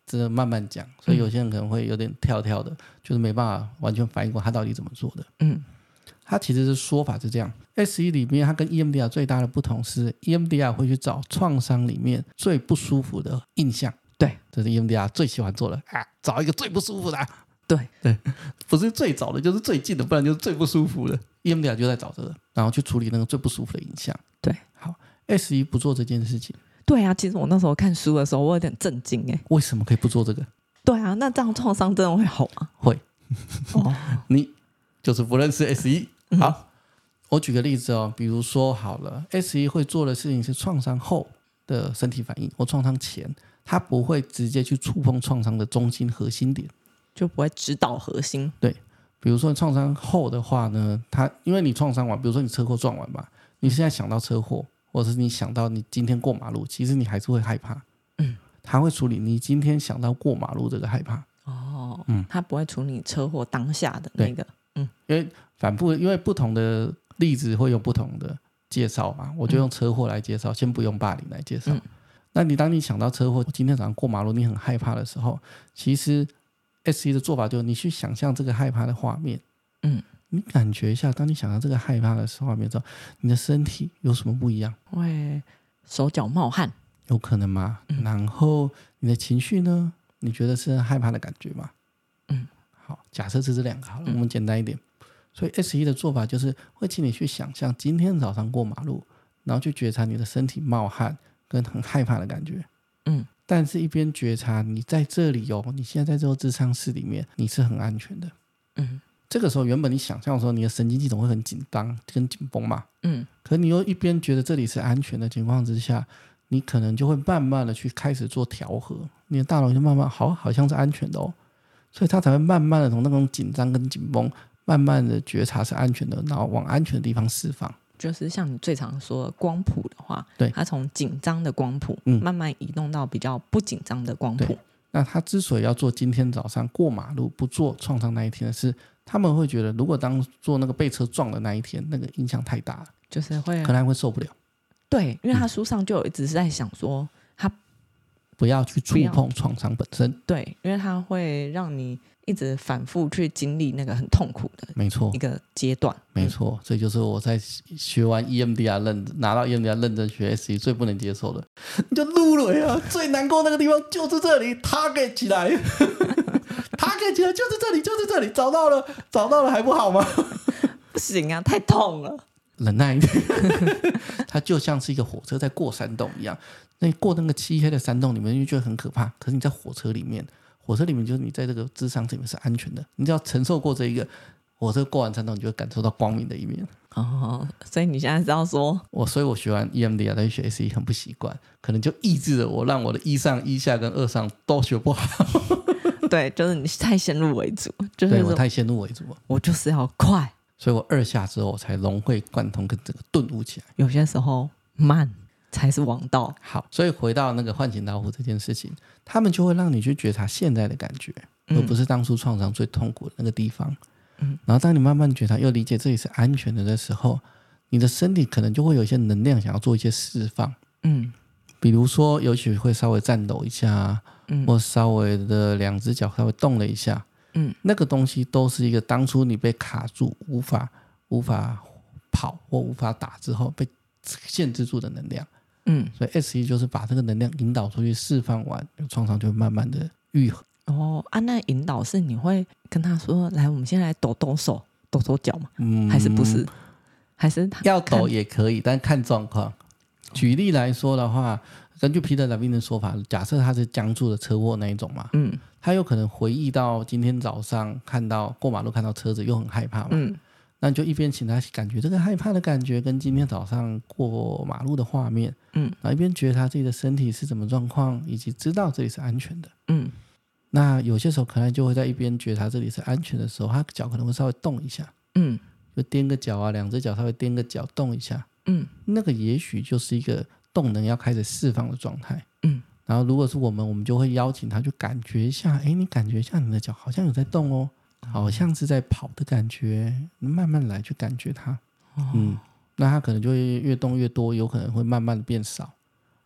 只能慢慢讲，所以有些人可能会有点跳跳的，嗯、就是没办法完全反应过他到底怎么做的。嗯，他其实是说法是这样 ，S E 里面它跟 E M D R 最大的不同是 ，E M D R 会去找创伤里面最不舒服的印象。对，这是 E M D R 最喜欢做的啊，找一个最不舒服的、啊。对对，不是最早的，就是最近的，不然就是最不舒服的。E M D R 就在找这个，然后去处理那个最不舒服的影像。对，好 ，S E 不做这件事情。 对啊，其实我那时候看书的时候，我有点震惊哎， 为什么可以不做这个？ 对啊，那这样创伤真的会好吗？ 会，哦，你就是不认识 S E。好、嗯，我举个例子哦，比如说好了 ，S E 会做的事情是创伤后的身体反应，或创伤前，它不会直接去触碰创伤的中心核心点， 就不会指导核心。 对，比如说创伤后的话呢，它因为你创伤完，比如说你车祸撞完吧，你现在想到车祸。或者是你想到你今天过马路，其实你还是会害怕。嗯，他会处理你今天想到过马路这个害怕。 哦，嗯，他不会处理车祸当下的那个。嗯， 因为反复，因为不同的例子会有不同的介绍嘛，我就用车祸来介绍，嗯、先不用霸凌来介绍。嗯、那你当你想到车祸，今天早上过马路你很害怕的时候，其实 S E 的做法就是你去想象这个害怕的画面。嗯。你感觉一下，当你想到这个害怕的画面之后，你的身体有什么不一样？ 会手脚冒汗， 有可能吗？嗯、然后你的情绪呢？你觉得是害怕的感觉吗？嗯，好，假设是这两个好了，我们简单一点。所以 S E 的做法就是会请你去想象今天早上过马路，然后去觉察你的身体冒汗跟很害怕的感觉。嗯，但是一边觉察你在这里哦，你现在在这个咨商室里面，你是很安全的。嗯。这个时候，原本你想象的时候，你的神经系统会很紧张、跟紧绷嘛。嗯。可你又一边觉得这里是安全的情况之下，你可能就会慢慢的去开始做调和，你的大脑就慢慢好，好像是安全的哦，所以它才会慢慢的从那种紧张跟紧绷，慢慢的觉察是安全的，然后往安全的地方释放。 就是像你最常说的光谱的话，对，它从紧张的光谱、嗯、慢慢移动到比较不紧张的光谱。 那他之所以要做今天早上过马路不做创伤那一天的是。他们会觉得，如果当做那个被车撞的那一天，那个影响太大了， 就是会可能会受不了。 对，因为他书上就有一直是在想说，他不要去触碰创伤本身。 对，因为它会让你一直反复去经历那个很痛苦的， 没错， 一个阶段。 没错，这、嗯、就是我在学完 E M D R 认拿到 E M D R 认证学 S E 最不能接受的，你就撸了呀！最难过那个地方就是这里 ，target 起来。他看起来就是这里，就是这里，找到了，找到了还不好吗？ 不行啊，太痛了。 忍耐一点，它就像是一个火车在过山洞一样。那你过那个漆黑的山洞里面，就觉得很可怕。可是你在火车里面，火车里面就是你在这个智商里面是安全的。你只要承受过这一个火车过完山洞，你就会感受到光明的一面。 哦，所以你现在是要说我，所以我学完 E M D R 再学 S E 很不习惯，可能就抑制了我，让我的一上、一下跟二上都学不好。 对，就是你太先入为主，就是对我太先入为主了， 我就是要快， 所以我二下之后我才融会贯通，跟整个顿悟起来。 有些时候慢才是王道。 好，所以回到那个唤醒老虎这件事情，他们就会让你去觉察现在的感觉，嗯、而不是当初创伤最痛苦的那个地方。嗯，然后当你慢慢觉察又理解这里是安全的的时候，你的身体可能就会有一些能量想要做一些释放。嗯，比如说也许会稍微颤抖一下。嗯、或稍微的两只脚稍微动了一下，嗯，那个东西都是一个当初你被卡住无法无法跑或无法打之后被限制住的能量，嗯，所以 S E 就是把这个能量引导出去释放完，创伤就会慢慢的愈合。 哦啊，那引导是你会跟他说来我们先来抖抖手抖抖脚吗？嗯，还是不是？还是他要抖也可以，但看状况。举例来说的话，根据皮特·拉宾的说法，假设他是僵住的车祸那一种嘛，嗯，他有可能回忆到今天早上看到过马路看到车子又很害怕嘛，嗯，那你就一边请他感觉这个害怕的感觉跟今天早上过马路的画面，嗯，然后一边觉得他自己的身体是什么状况，以及知道这里是安全的，嗯，那有些时候可能就会在一边觉得他这里是安全的时候，他脚可能会稍微动一下，嗯，就踮个脚啊，两只脚稍微踮个脚动一下，嗯，那个也许就是一个动能要开始释放的状态，嗯，然后如果是我们我们就会邀请他去感觉一下，诶，你感觉一下你的脚好像有在动哦，好像是在跑的感觉，慢慢来去感觉它，哦，嗯，那它可能就会越动越多，有可能会慢慢的变少，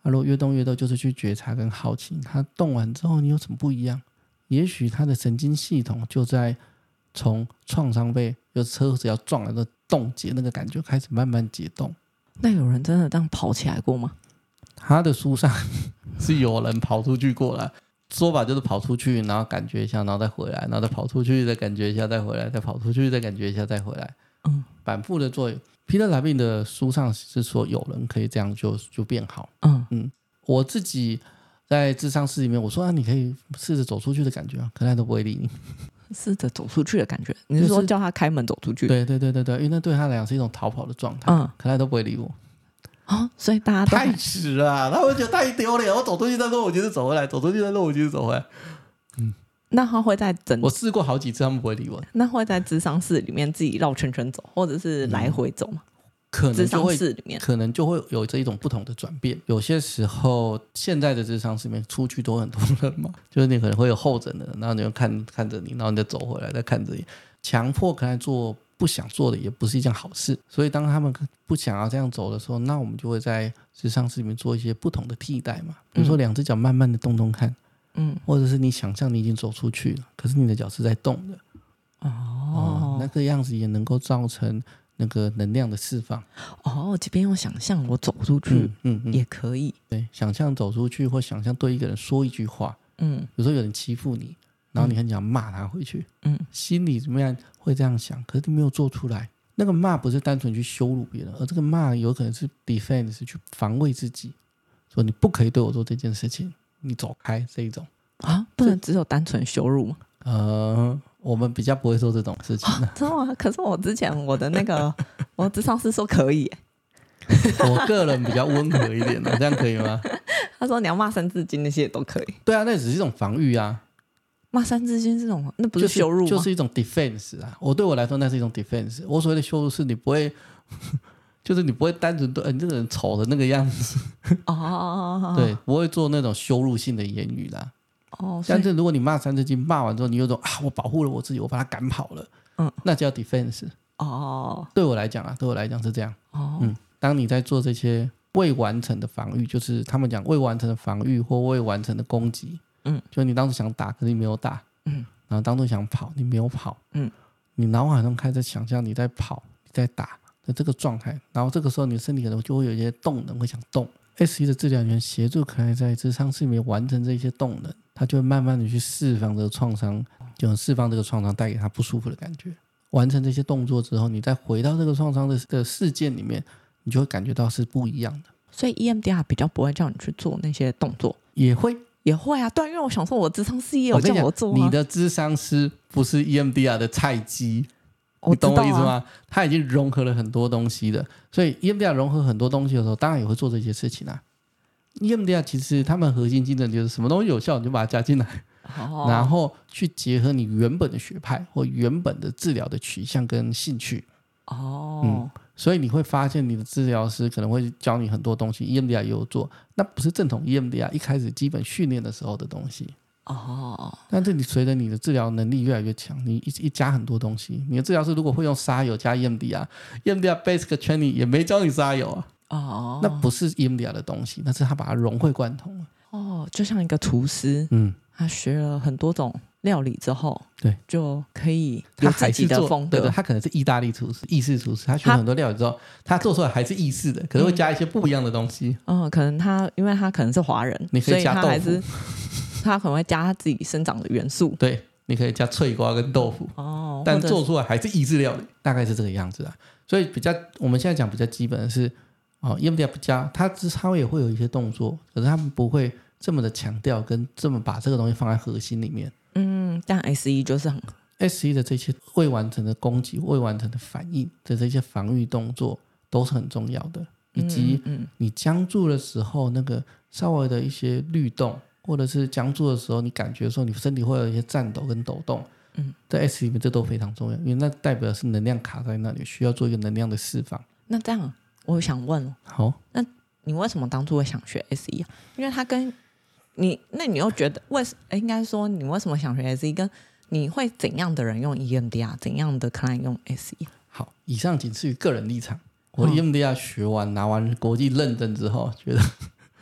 啊，如果越动越多，就是去觉察跟好奇，它动完之后你有什么不一样？也许它的神经系统就在从创伤被有车子要撞了的冻结那个感觉开始慢慢解冻。 那有人真的这样跑起来过吗？ 他的书上是有人跑出去过了，说法就是跑出去，然后感觉一下，然后再回来，然后再跑出去，再感觉一下，再回来，再跑出去，再感觉一下，再回来。嗯，反复的做。Peter Levine 的书上是说有人可以这样就就变好。嗯嗯，我自己在諮商室里面，我说啊，你可以试着走出去的感觉啊，可他都不会理你。 试着走出去的感觉，你是说叫他开门走出去？ 对对对对对，因为那对他来讲是一种逃跑的状态。嗯，可他都不会理我。 哦，所以大家都太迟了，他会觉得太丢脸。我走出去再说，我就是走回来；走出去再说，我就是走回来。嗯， 那他会在整我试过好几次，他们不会理我。 那会在諮商室里面自己绕圈圈走，或者是来回走吗？嗯、 可能就会諮商室里面可能就会有这一种不同的转变。有些时候，现在的諮商室里面出去都很多人嘛，就是你可能会有候诊的人，然后你就看看着你，然后你再走回来，再看着你，强迫可能做。不想做的也不是一件好事，所以当他们不想要这样走的时候，那我们就会在諮商室里面做一些不同的替代嘛，比如说两只脚慢慢的动动看，嗯，或者是你想象你已经走出去了，可是你的脚是在动的，哦，哦那个样子也能够造成那个能量的释放。 哦，即便用想象我走出去，嗯嗯嗯，也可以。 对，想象走出去，或想象对一个人说一句话，嗯，比如说有人欺负你。然后你很想骂他回去，嗯，心里怎么样会这样想，可是你没有做出来。那个骂不是单纯去羞辱别人，而这个骂有可能是 defense， 是去防卫自己，说你不可以对我做这件事情，你走开这一种啊，不能只有单纯羞辱吗？ 呃，我们比较不会做这种事情、啊啊、真的吗？可是我之前我的那个我諮商师说可以我个人比较温和一点的，这样可以吗？ 他说你要骂三字经那些都可以。 对啊，那只是一种防御啊。 骂三字经这种，那不是羞辱吗？ 就是、就是一种 defense 啊！我对我来说，那是一种 defense。我所谓的羞辱是你不会，就是你不会单纯对、呃、你这个人丑的那个样子哦，对，不会做那种羞辱性的言语啦。哦，但是如果你骂三字经，骂完之后你有种啊，我保护了我自己，我把他赶跑了，嗯，那叫 defense。哦，对我来讲啊，对我来讲是这样。哦，嗯，当你在做这些未完成的防御，就是他们讲未完成的防御或未完成的攻击。嗯，就你当初想打，可是你没有打，嗯，然后当初想跑，你没有跑，嗯，你脑海中开始想象你在跑，你在打的这个状态，然后这个时候你的身体可能就会有一些动能，会想动。S E 的治疗员协助可能在諮商室里面完成这些动能，他就会慢慢的去释放这个创伤，就释放这个创伤带给他不舒服的感觉。完成这些动作之后，你再回到这个创伤 的, 的事件里面，你就会感觉到是不一样的。 所以 E M D R 比较不会叫你去做那些动作， 也会。 也会啊，对，因为我想说我諮商师也有叫我做、啊、 我你的諮商师不是 E M D R 的菜鸡，你懂我意思吗？他已经融合了很多东西的，所以 E M D R 融合很多东西的时候，当然也会做这些事情啊。E M D R 其实他们核心精神就是什么东西有效你就把它加进来、哦、然后去结合你原本的学派或原本的治疗的取向跟兴趣哦，嗯，所以你会发现你的治疗师可能会教你很多东西 E M D R 也有做，那不是正统 E M D R 一开始基本训练的时候的东西哦。但是你随着你的治疗能力越来越强，你 一, 一加很多东西，你的治疗师如果会用沙友加 E M D R E M D R Basic Training 也没教你沙友啊哦，那不是 E M D R 的东西，那是他把它融会贯通了哦，就像一个厨师，嗯，他学了很多种料理之后，对，就可以有自己的风格。 对对，他可能是意大利厨师、意式厨师，他学了很多料理之后，他做出来还是意式的，可是会加一些不一样的东西。 嗯，可能他因为他可能是华人， 你可以加豆腐， 所以他还是他可能会加他自己生长的元素。 对，你可以加脆瓜跟豆腐哦，但做出来还是意式料理，大概是这个样子啊。所以比较我们现在讲比较基本的是哦 ，E M D R 不加，他他也会有一些动作，可是他们不会这么的强调跟这么把这个东西放在核心里面。 嗯，但 S E 就是很 S E 的这些未完成的攻击、未完成的反应的这些防御动作都是很重要的，以及你僵住的时候那个稍微的一些律动，或者是僵住的时候你感觉说你身体会有一些颤抖跟抖动，嗯，在 S E 里面这都非常重要，因为那代表是能量卡在那里，需要做一个能量的释放。 那这样我想问，好，那你为什么当初会想学 S E 啊？因为它跟你，那你又觉得为应该说你为什么想学 S E， 跟你会怎样的人用 E M D R， 怎样的 client 用 S E？ 好，以上仅次于个人立场。我 E M D R 学完、嗯、拿完国际认证之后，觉得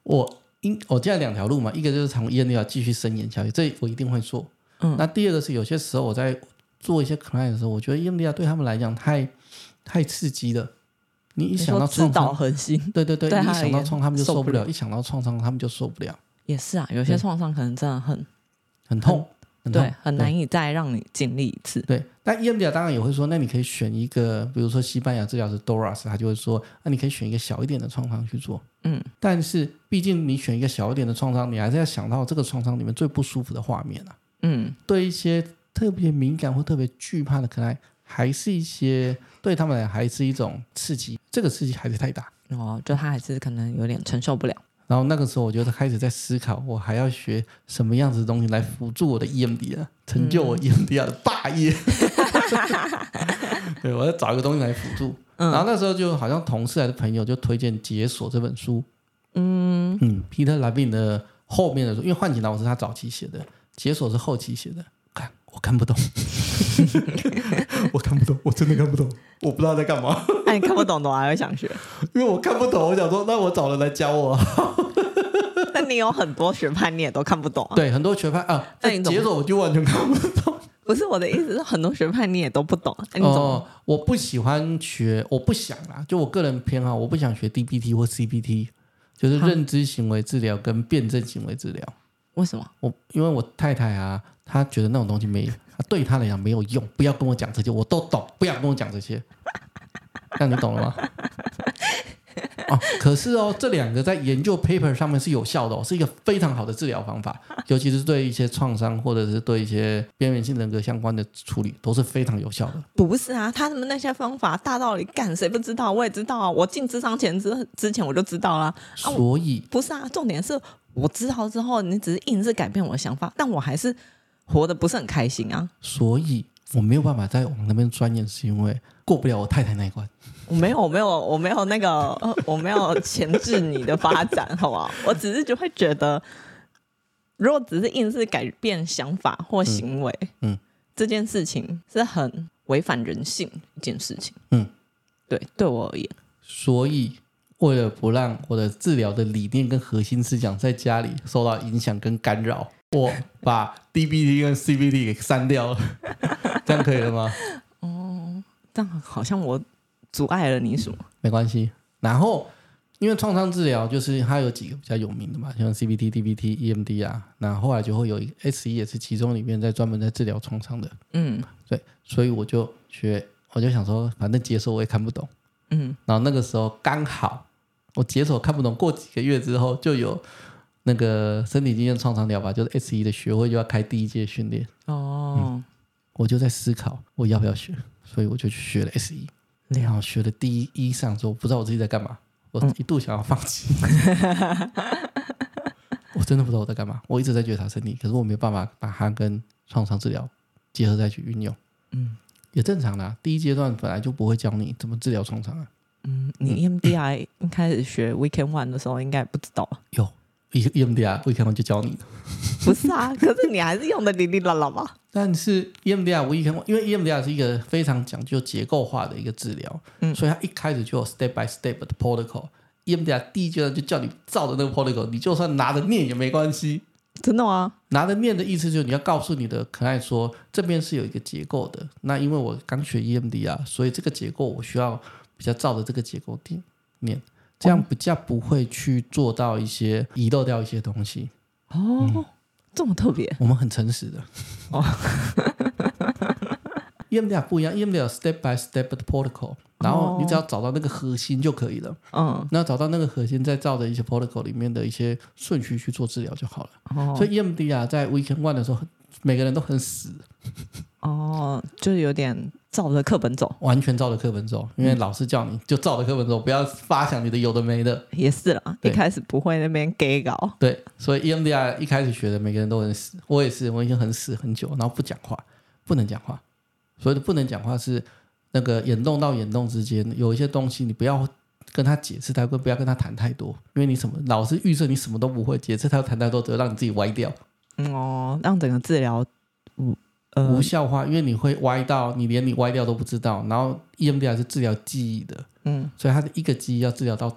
我应我现在两条路嘛，一个就是从 E M D R 继续深研下去，这我一定会做。嗯，那第二个是有些时候我在做一些 client 的时候，我觉得 E M D R 对他们来讲太太刺激了。你一想到创伤， 指导核心， 对对对， 对你一想到创伤他们就受不了， 受不了一想到创伤他们就受不了。 也是啊，有些创伤可能真的很很痛。很对，很难以再让你经历一次。 对，但 E M D R 当然也会说，那你可以选一个，比如说西班牙治疗师 Doras， 他就会说，那你可以选一个小一点的创伤去做。嗯，但是毕竟你选一个小一点的创伤，你还是要想到这个创伤里面最不舒服的画面啊。嗯，对一些特别敏感或特别惧怕的可能还是一些对他们来还是一种刺激，这个刺激还是太大哦，就他还是可能有点承受不了。 然后那个时候我就开始在思考，我还要学什么样子的东西来辅助我的 E M D R， 成就我 E M D R 的霸业。对，我要找一个东西来辅助。嗯、然后那时候就好像同事还是朋友就推荐《解锁》这本书。嗯嗯 ，Peter Levine 的后面的书，因为《唤醒老师》是他早期写的，《解锁》是后期写的。看我看不懂，我看不懂，我真的看不懂，我不知道在干嘛。 那、啊、你看不懂的，我还会想学， 因为我看不懂，我想说，那我找人来教我。 那你有很多学派，你也都看不懂啊？ 对，很多学派啊，在解锁我就完全看不懂。 不是我的意思是，很多学派你也都不懂。哦、 呃，我不喜欢学，我不想啦，就我个人偏好，我不想学 D B T 或 C B T， 就是认知行为治疗跟辩证行为治疗。 为什么？ 我因为我太太啊，她觉得那种东西没，对她来讲没有用，不要跟我讲这些，我都懂，不要跟我讲这些。那你懂了吗？哦，可是哦，这两个在研究 paper 上面是有效的哦，是一个非常好的治疗方法，尤其是对一些创伤或者是对一些边缘性人格相关的处理都是非常有效的。 不是啊，他们那些方法大道理干谁不知道？我也知道啊，我进咨商前之之前我就知道啦。啊、 所以不是啊，重点是我知道之后，你只是硬是改变我的想法，但我还是活得不是很开心啊。 所以我没有办法再往那边钻研，是因为过不了我太太那一关。 我没有，我没有，我没有那个，我没有钳制你的发展，好不好？我只是就会觉得，如果只是硬是改变想法或行为，嗯，嗯这件事情是很违反人性一件事情，嗯，对，对我而言。所以，为了不让我的治疗的理念跟核心思想在家里受到影响跟干扰，我把 D B T 跟 C B T 给删掉了，这样可以了吗？ 哦，这样好像我阻碍了你什么？ 没关系。然后，因为创伤治疗就是它有几个比较有名的嘛，像 C B T、D B T、E M D R， 那后来就会有一个 S E 也是其中里面在专门在治疗创伤的。嗯，对，所以我就学，我就想说，反正解锁我也看不懂。嗯，然后那个时候刚好我解锁看不懂，过几个月之后就有那个身体经验创伤疗法，就是 S E 的学会就要开第一届训练。哦、嗯，我就在思考我要不要学，所以我就去学了 S E。然后学了第一一上之后，不知道我自己在干嘛，我一度想要放弃。嗯、我真的不知道我在干嘛，我一直在觉察身体，可是我没有办法把它跟创伤治疗结合再去运用。嗯，也正常啦，第一阶段本来就不会教你怎么治疗创伤啊。 嗯，你 E M D R 一开始学 Weekend One 的时候，应该不知道吧？ 有 E M D R Weekend One 就教你的。 不是啊，可是你还是用的哩哩啦啦吧？ 但是 E M D R 我以前因为 E M D R 是一个非常讲究结构化的一个治疗，嗯，所以它一开始就有 step by step 的 protocol。E M D R 第一阶段就叫你照着那个 protocol， 你就算拿着念也没关系。 真的吗？ 拿着念的意思就是你要告诉你的可爱说，这边是有一个结构的。那因为我刚学 E M D R， 所以这个结构我需要比较照着这个结构念，这样比较不会去做到一些遗漏掉一些东西。 哦。嗯，这么特别， 我们很诚实的。哦，E M D R 不一样 ，E M D R step by step 的 protocol， 然后你只要找到那个核心就可以了。嗯，那找到那个核心，再照着一些 protocol 里面的一些顺序去做治疗就好了。哦，所以 E M D R 在 Weekend One 的时候，每个人都很死。哦， 就是有点照着课本走， 完全照着课本走，因为老师叫你就照着课本走，不要发想你的有的没的。 也是啦，一开始不会那边给搞。 对，所以 E M D R 一开始学的每个人都很死，我也是，我已经很死很久，然后不讲话，不能讲话。所谓的不能讲话是那个眼动到眼动之间有一些东西，你不要跟他解释太多，不要跟他谈太多，因为你什么老师预设你什么都不会，解释他谈太多，只会让你自己歪掉。 嗯哦，让整个治疗无呃无效化，因为你会歪到你连你歪掉都不知道。然后 E M D R 是治疗记忆的，嗯，所以它的一个记忆要治疗到底，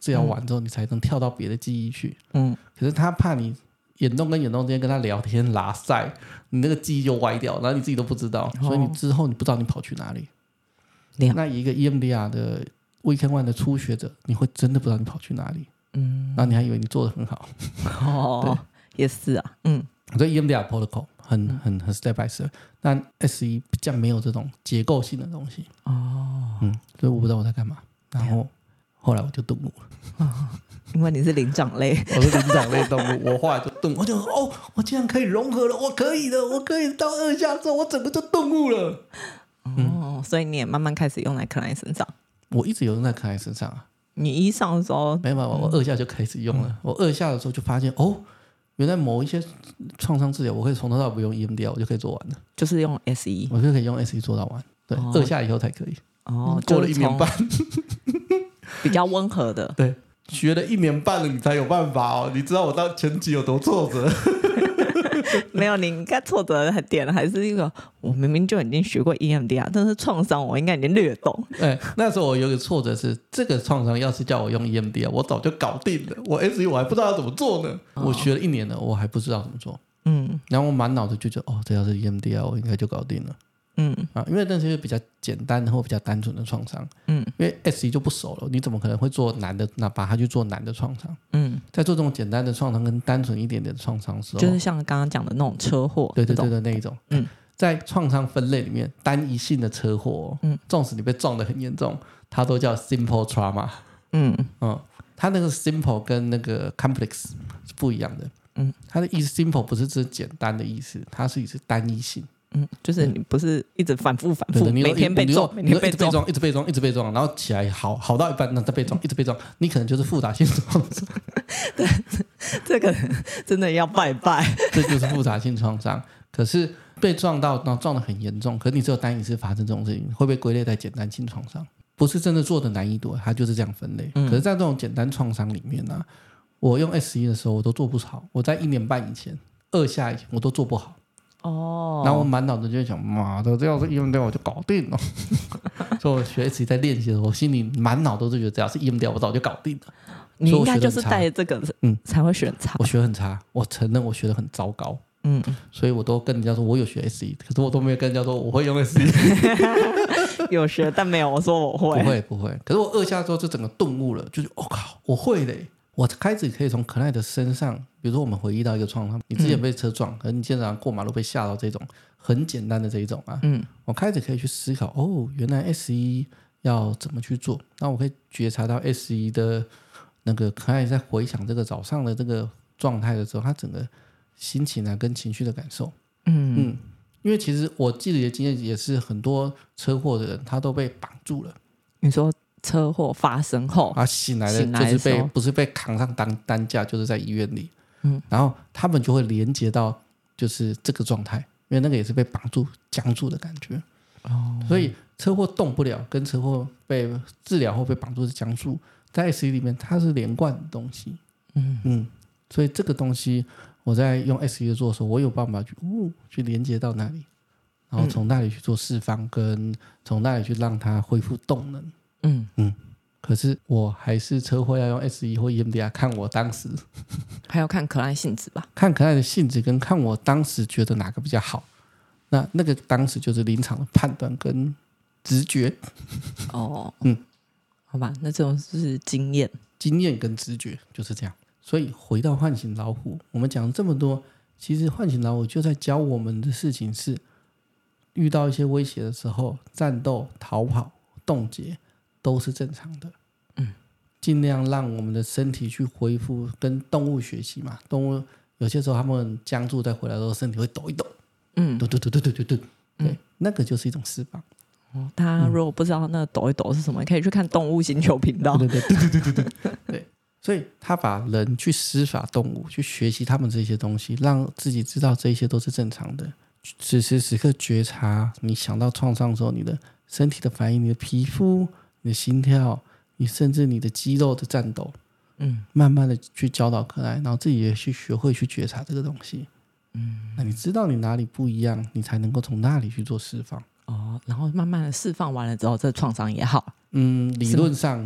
治疗完之后你才能跳到别的记忆去。 嗯， 可是他怕你眼动跟眼动之间跟他聊天拉塞，你那个记忆就歪掉，然后你自己都不知道，哦、所以你之后你不知道你跑去哪里。那一个 E M D R 的 Weekend One 的初学者，你会真的不知道你跑去哪里。嗯，然后你还以为你做得很好。 哦，也是啊。嗯， 所以 E M D R protocol 很很很 step by step， 但 S E 比较没有这种结构性的东西。哦，嗯，所以我不知道我在干嘛。然后后来我就顿悟了。 哦，因为你是灵长类。 我是灵长类动物，我后来就顿悟，我就哦，我竟然可以融合了，我可以的，我可以到二下之后，我整个就顿悟了。 哦、嗯，所以你也慢慢开始用在克莱身上。 我一直有用在克莱身上啊。 你一上的时候没有，我二下就开始用了。嗯、我二下的时候就发现，哦，原来某一些创伤治疗，我可以从头到尾不用 E M D R， 我就可以做完了。 就是用 S E， 我就可以用 S E 做到完。对，哦、二下以后才可以。 哦， 过了一年半， 比较温和的。 对，学了一年半了，你才有办法哦。你知道我到前期有多挫折？ 没有，你应该挫折的点还是一个，我明明就已经学过 E M D R， 但是创伤我应该已经略懂。 对，那时候我有个挫折是，这个创伤要是叫我用 E M D R， 我早就搞定了。我 S E 我还不知道要怎么做呢。哦、我学了一年了，我还不知道怎么做。嗯，然后我满脑子就觉得，哦，这要是 E M D R， 我应该就搞定了。嗯啊，因为那些比较简单或比较单纯的创伤，嗯，因为 S E 就不熟了，你怎么可能会做难的？那把它去做难的创伤，嗯，在做这种简单的创伤跟单纯一点点的创伤的时候， 就是像刚刚讲的那种车祸， 对对对的那一种，嗯，在创伤分类里面，单一性的车祸，嗯，纵使你被撞得很严重，它都叫 simple trauma， 嗯嗯，它那个 simple 跟那个 complex 是不一样的，嗯，它的意思 simple 不是指简单的意思，它是意思单一性。 嗯，就是你不是一直反复反复，每天被撞，每天被撞，一直被撞，一直被撞，然后起来好好到一半，那再被撞，一直被撞，你可能就是复杂性创伤。 对，这个真的要拜拜， 这就是复杂性创伤。可是被撞到，然后撞得很严重，可是你只有单一次发生这种事情，会被归类在简单性创伤，不是真的做的难易度，它就是这样分类。嗯、可是，在这种简单创伤里面呢、啊，我用 S E 的时候，我都做不好。我在一年半以前，二下以前，我都做不好。哦，然后我满脑子就在想，妈的，这要是 E M D R 我就搞定了。所以我学 S E 在练习的时候，我心里满脑都是觉得，只要是 E M D R 我早就搞定了。 你应该就是带着这个，嗯，才会学很差。 我学很差，我承认我学的很糟糕。嗯，所以我都跟人家说我有学 S E， 可是我都没有跟人家说我会用 S E。 有学但没有我说我会， 不会不会。可是我二下之后就整个顿悟了，就是我、哦、靠，我会嘞。我开始可以从可奈的身上，比如说我们回忆到一个创伤，你之前被车撞，可是你经常过马路被吓到这种很简单的这一种啊，嗯，我开始可以去思考，哦，原来 S E 要怎么去做，那我可以觉察到 S E 的那个可奈在回想这个早上的这个状态的时候，他整个心情啊跟情绪的感受，嗯嗯，因为其实我自己的经验也是很多车祸的人他都被绑住了， 你说车祸发生后， 他醒来的就是被不是被扛上担担架，就是在医院里。嗯，然后他们就会连接到就是这个状态，因为那个也是被绑住、僵住的感觉。哦，所以车祸动不了，跟车祸被治疗后被绑住的僵住，在 S E 里面它是连贯的东西。嗯嗯，所以这个东西我在用 S E 做的时候，我有办法去哦去连接到那里，然后从那里去做释放，跟从那里去让它恢复动能。嗯嗯，可是我还是车祸要用 S E 或 E M D R， 看我当时还要看可爱性质吧， 看可爱的性质跟看我当时觉得哪个比较好，那那个当时就是临场的判断跟直觉。 哦，嗯，好吧，那这种是经验， 经验跟直觉就是这样。所以回到唤醒老虎，我们讲了这么多，其实唤醒老虎就在教我们的事情是，遇到一些威胁的时候，战斗、逃跑、冻结。都是正常的，嗯，尽量让我们的身体去恢复，跟动物学习嘛。动物有些时候他们僵住再回来的时候，身体会抖一抖，嗯，抖抖抖抖抖抖抖，对，那个就是一种释放。 哦，大家如果不知道那个抖一抖是什么，你可以去看动物星球频道。 对对对对对对对对。所以他把人去施法动物，去学习他们这些东西，让自己知道这些都是正常的。此时此刻觉察，你想到创伤的时候，你的身体的反应，你的皮肤。你的心跳，你甚至你的肌肉的颤抖，嗯，慢慢的去教导可爱，然后自己也去学会去觉察这个东西，嗯，那你知道你哪里不一样，你才能够从那里去做释放。 哦，然后慢慢的释放完了之后，这创伤也好。 嗯，理论上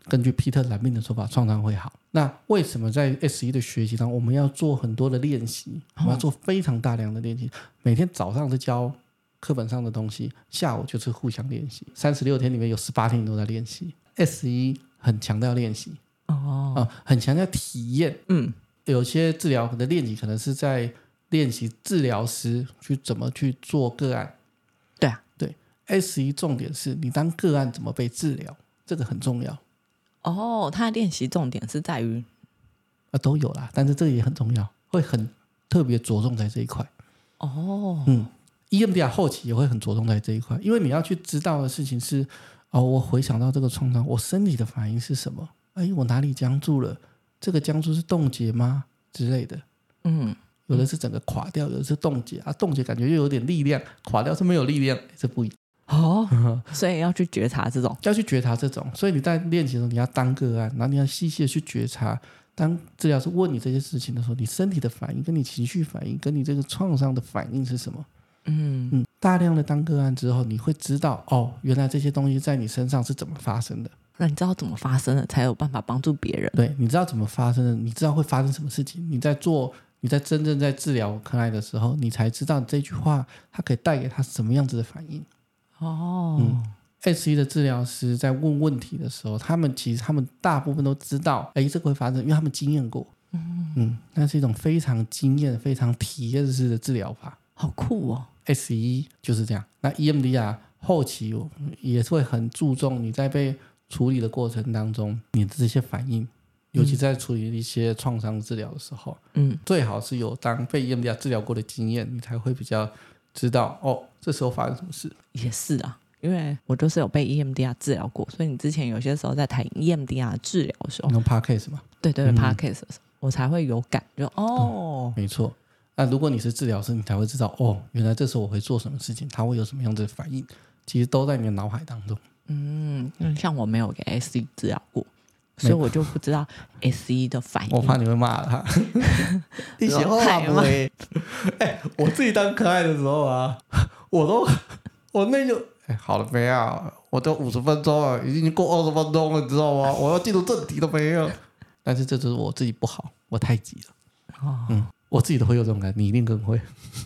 根据皮特蓝病的说法，创伤会好。那为什么在 S 一 的学习上，我们要做很多的练习？我们要做非常大量的练习，每天早上是教课本上的东西，下午就是互相练习。三十六天里面有十八天都在练习。S 一 很强调练习哦、呃，很强调体验。嗯，有些治疗的练习可能是在练习治疗师去怎么去做个案。 对啊， 对 S 一 重点是你当个案怎么被治疗，这个很重要。 哦，他的练习重点是在于啊，都有啦，但是这个也很重要，会很特别着重在这一块。 哦， 嗯 ，E M D R 后期也会很着重在这一块，因为你要去知道的事情是，哦，我回想到这个创伤，我身体的反应是什么？哎，我哪里僵住了？这个僵住是冻结吗？之类的。嗯，有的是整个垮掉，有的是冻结啊，冻结感觉又有点力量，垮掉是没有力量，这不一样。 哦，所以要去觉察这种， 要去觉察这种，所以你在练习的时候，你要当个案，然后你要细细的去觉察。当治疗师问你这些事情的时候，你身体的反应、跟你情绪反应、跟你这个创伤的反应是什么？嗯嗯，大量的当个案之后，你会知道哦，原来这些东西在你身上是怎么发生的。 那你知道怎么发生的，才有办法帮助别人。 对，你知道怎么发生的，你知道会发生什么事情。你在做，你在真正在治疗个案的时候，你才知道这句话它可以带给他什么样子的反应。哦，嗯 ，S 一 的治疗师在问问题的时候，他们其实他们大部分都知道，哎，这个会发生，因为他们经验过。嗯嗯，那是一种非常经验、非常体验式的治疗法， 好酷哦。 S 一 就是这样。那 E M D R 后期也是会很注重你在被处理的过程当中，你的这些反应，尤其在处理一些创伤治疗的时候，嗯，最好是有当被 E M D R 治疗过的经验，你才会比较知道哦，这时候发生什么事。 也是啊，因为我就是有被 E M D R 治疗过，所以你之前有些时候在谈 E M D R 治疗的时候， 用 Podcast 嘛， 对对对、嗯、Podcast 的时候，我才会有感，就哦、 嗯，没错。那如果你是治疗师，你才会知道哦，原来这时候我会做什么事情，他会有什么样的反应，其实都在你的脑海当中。 嗯，像我没有给 S 一 治疗过，所以我就不知道 S 一 的反应。 我怕你会骂他，你写话不会。哎，我自己当可爱的时候啊，我都我那就哎好了没有？我都五十分钟了，已经过二十分钟了，你知道吗？我要进入正题了没有？但是这就是我自己不好，我太急了。哦，嗯，我自己都会有这种感觉，你一定更会。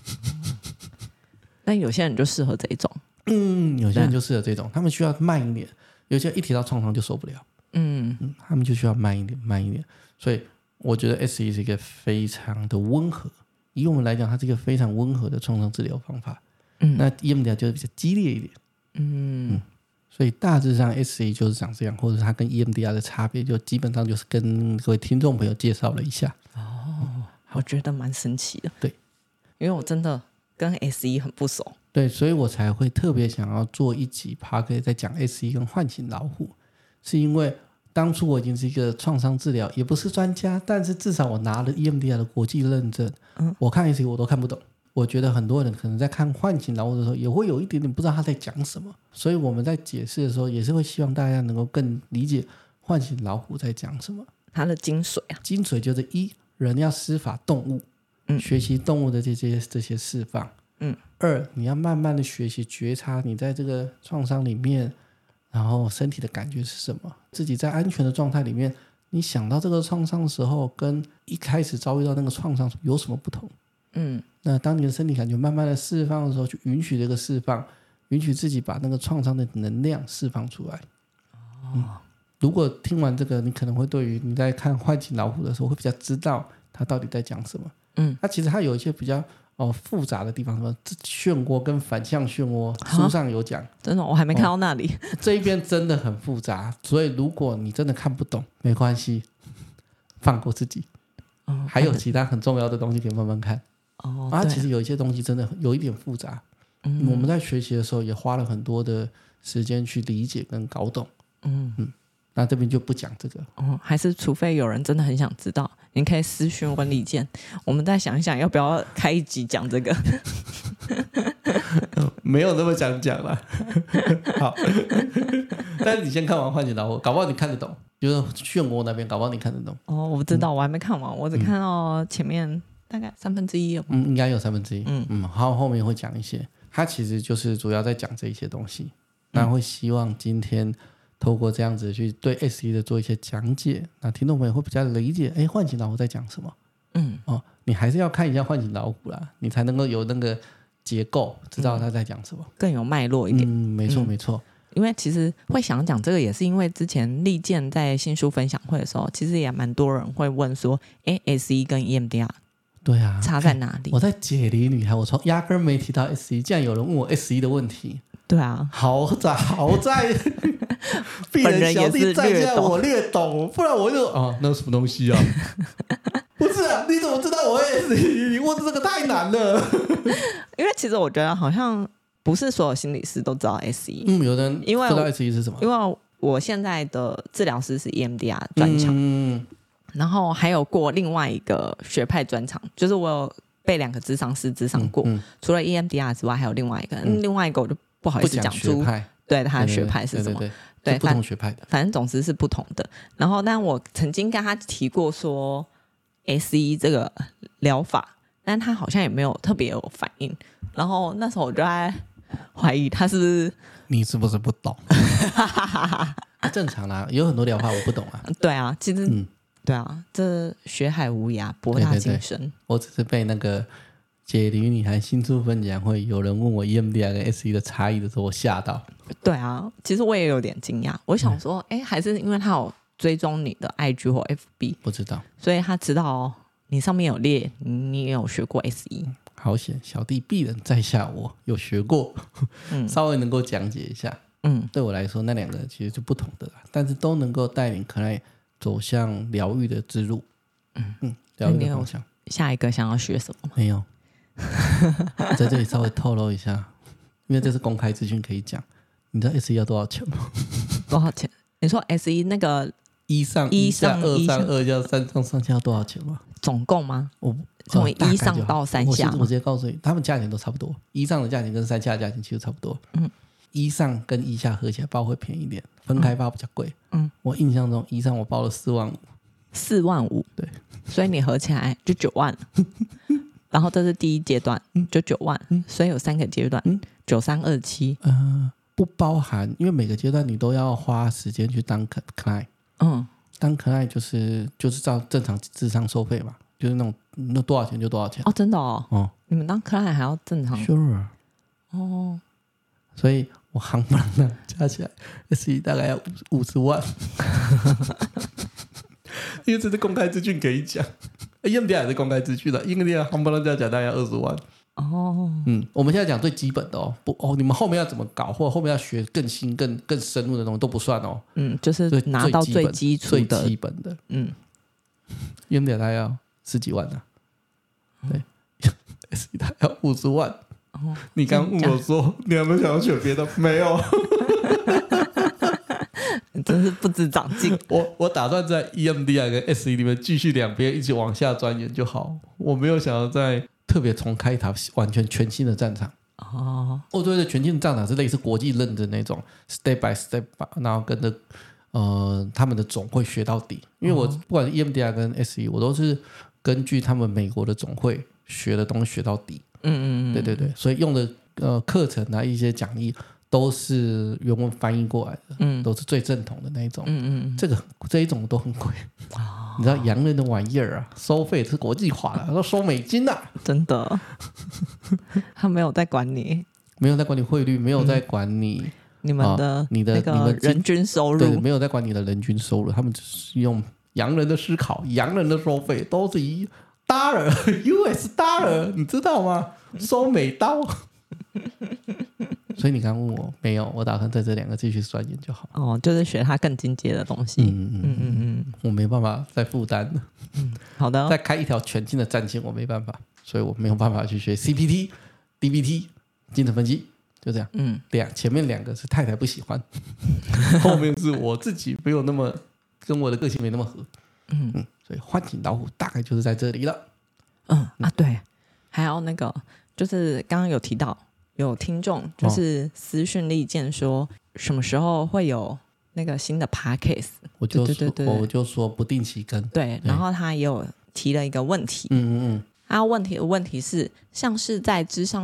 但有些人就适合这一种。 嗯，有些人就适合这种，他们需要慢一点。有些人一提到创伤就受不了。嗯嗯，他们就需要慢一点，慢一点。所以我觉得 S 一 是一个非常的温和，以我们来讲，它是一个非常温和的创伤治疗方法。嗯，那 E M D R 就比较激烈一点。嗯嗯，所以大致上 S 一 就是长这样，或者它跟 E M D R 的差别，就基本上就是跟各位听众朋友介绍了一下。 哦，我觉得蛮神奇的。 对， 因为我真的跟 S 一 很不熟。 对，所以我才会特别想要做一集 Podcast 在讲 S 一 跟唤醒老虎，是因为当初我已经是一个创伤治疗，也不是专家，但是至少我拿了 E M D R 的国际认证。嗯，我看 S 一 我都看不懂。我觉得很多人可能在看唤醒老虎的时候，也会有一点点不知道他在讲什么，所以我们在解释的时候，也是会希望大家能够更理解唤醒老虎在讲什么。 它的精髓啊， 精髓就是一，人要施法动物，嗯，学习动物的这些这些释放。嗯，二，你要慢慢的学习觉察你在这个创伤里面，然后身体的感觉是什么，自己在安全的状态里面，你想到这个创伤的时候，跟一开始遭遇到那个创伤有什么不同？嗯，那当你的身体感觉慢慢的释放的时候，去允许这个释放，允许自己把那个创伤的能量释放出来。哦、嗯，如果听完这个，你可能会对于你在看唤醒老虎的时候，会比较知道他到底在讲什么。嗯，那其实它有一些比较哦复杂的地方，什么漩涡跟反向漩涡，书上有讲。 真的，我还没看到那里。 哦、这一边真的很复杂，所以如果你真的看不懂，没关系，放过自己。哦、还有其他很重要的东西可以慢慢看。哦，啊，其实有一些东西真的有一点复杂。嗯，我们在学习的时候也花了很多的时间去理解跟搞懂。嗯嗯，那这边就不讲这个。 哦，还是除非有人真的很想知道，你可以私讯问利剑，我们再想一想要不要开一集讲这个。 没有那么想讲了。好，但是你先看完唤醒老虎，搞不好你看得懂，就是漩涡那边搞不好你看得懂。 哦，我不知道、嗯、我还没看完，我只看到前面大概三分之一了。 嗯，应该有三分之一。嗯嗯，好，后面会讲一些，它其实就是主要在讲这一些东西。那会希望今天透过这样子去对 S E 的做一些讲解，那听众朋友会比较理解，哎，唤醒老虎在讲什么。 嗯， 哦，你还是要看一下唤醒老虎啦，你才能够有那个结构，知道他在讲什么， 更有脉络一点。 嗯，没错、嗯、没错。 因为其实会想讲这个，也是因为之前利剑在新书分享会的时候，其实也蛮多人会问说，哎 ，S E 跟 E M D R 对啊差在哪里？ 我在解离女孩，我从压根没提到 S E， 竟然有人问我 S E 的问题。 对啊， 好在好在鄙人小弟在下我略懂，不然我就啊，那是什么东西啊？不是啊，你怎么知道我会 S E？ 你问这个太难了。 因为其实我觉得好像不是所有心理师都知道 S E。 嗯，有人不知道 S E 是什么？ 因为我现在的治疗师是 E M D R 专长，嗯，然后还有过另外一个学派专长，就是我有被两个諮商师諮商过，嗯嗯、除了 E M D R 之外，还有另外一个，嗯、另外一个我就不好意思讲出，对他的学派是什么？ 对对对对对，不同学派的， 反正总之是不同的。然后，但我曾经跟他提过说 S E 这个疗法，但他好像也没有特别有反应。然后那时候我就在怀疑他是不是你是不是不懂？正常啦，有很多疗法我不懂啊。 对啊，其实、嗯、对啊，这学海无涯，博大精深。对对对， 我只是被那个解离女孩新书分享会有人问我 E M D R 跟 S E 的差异的时候，我吓到。 对啊，其实我也有点惊讶。我想说，哎、嗯，还是因为他有追踪你的 I G 或 F B， 不知道， 所以他知道你上面有列，你也有学过 S E。 好险，小弟鄙人在下我有学过，嗯、稍微能够讲解一下。嗯，对我来说，那两个其实是不同的啦，但是都能够带领可能走向疗愈的之路。嗯嗯，疗愈的方向。 下一个想要学什么？ 没有，在这里稍微透露一下，因为这是公开资讯可以讲。你知道 S E 要多少钱吗？ 多少钱？你说 S E 那个一上一下，二上二下，三上三下多少钱吗？ 总共吗？ 我从一上到三下， 我直接告诉你，他们价钱都差不多。一上的价钱跟三下的价钱其实差不多。嗯，一上跟一下合起来包会便宜一点，分开包比较贵。嗯，我印象中一上我包了四万五， 四万五， 对， 所以你合起来就九万。然后这是第一阶段，就九万，嗯、所以有三个阶段，九三二七。 呃，不包含，因为每个阶段你都要花时间去当 client。嗯，当 client 就是就是照正常智商收费嘛，就是那种那多少钱就多少钱。 哦，真的哦。哦，你们当 client 还要正常 ？Sure。 哦， 所以我夯不啷当加起来 ，S E 大概要五十万。因为这是公开资讯可以讲。E M D R 也是公开资讯的 ，E M D R 夯不啷加起来大概二十万。哦，嗯，我们现在讲最基本的哦，不哦，你们后面要怎么搞，或者后面要学更新、更更深入的东西都不算哦。 嗯，就是拿到最基础的、 最基本的。嗯 ，E M D R 大概要十几万啊。对 ，S E 大概要五十万。哦，你刚问我说，你有没有想要选别的？没有。 你真是不知长进。 我我打算在 E M D R 跟 S E 里面继续两边一起往下钻研就好，我没有想要在特别重开一条完全全新的战场。哦，我觉得全新的战场是类似国际认证那种 step by step， 然后跟着呃他们的总会学到底。因为我不管是 E M D R 跟 S E， 我都是根据他们美国的总会学的东西学到底。嗯嗯嗯，对对对，所以用的呃课程啊一些讲义。都是原文翻译过来的，嗯，都是最正统的那一种，嗯嗯，这个这一种都很贵，哦、你知道洋人的玩意儿啊，收费是国际化的，都收美金啊， 真的，他没有在管你， 没有在管你汇率，没有在管你、嗯、 你们的、啊、 你的那个人均收入， 对，没有在管你的人均收入，他们只是用洋人的思考，洋人的收费都是以 dollar U S dollar， 你知道吗？收美刀。所以你刚问我没有，我打算在这两个继续钻研就好。 哦，就是学它更进阶的东西。嗯嗯嗯嗯， 我没办法再负担了。 嗯，好的、哦。 再开一条全新的战线，我没办法，所以我没有办法去学 C P T、D B T、精神分析，就这样。嗯，两前面两个是太太不喜欢，后面是我自己没有那么跟我的个性没那么合。嗯嗯，所以唤醒老虎大概就是在这里了。 嗯啊，对，还有那个就是刚刚有提到。有听众就是私讯利剑说什么时候会有那个新的 podcast， 我就说对对对对我就说不定期更。 对，然后他也有提了一个问题，嗯嗯嗯，他问题的问题是像是在諮商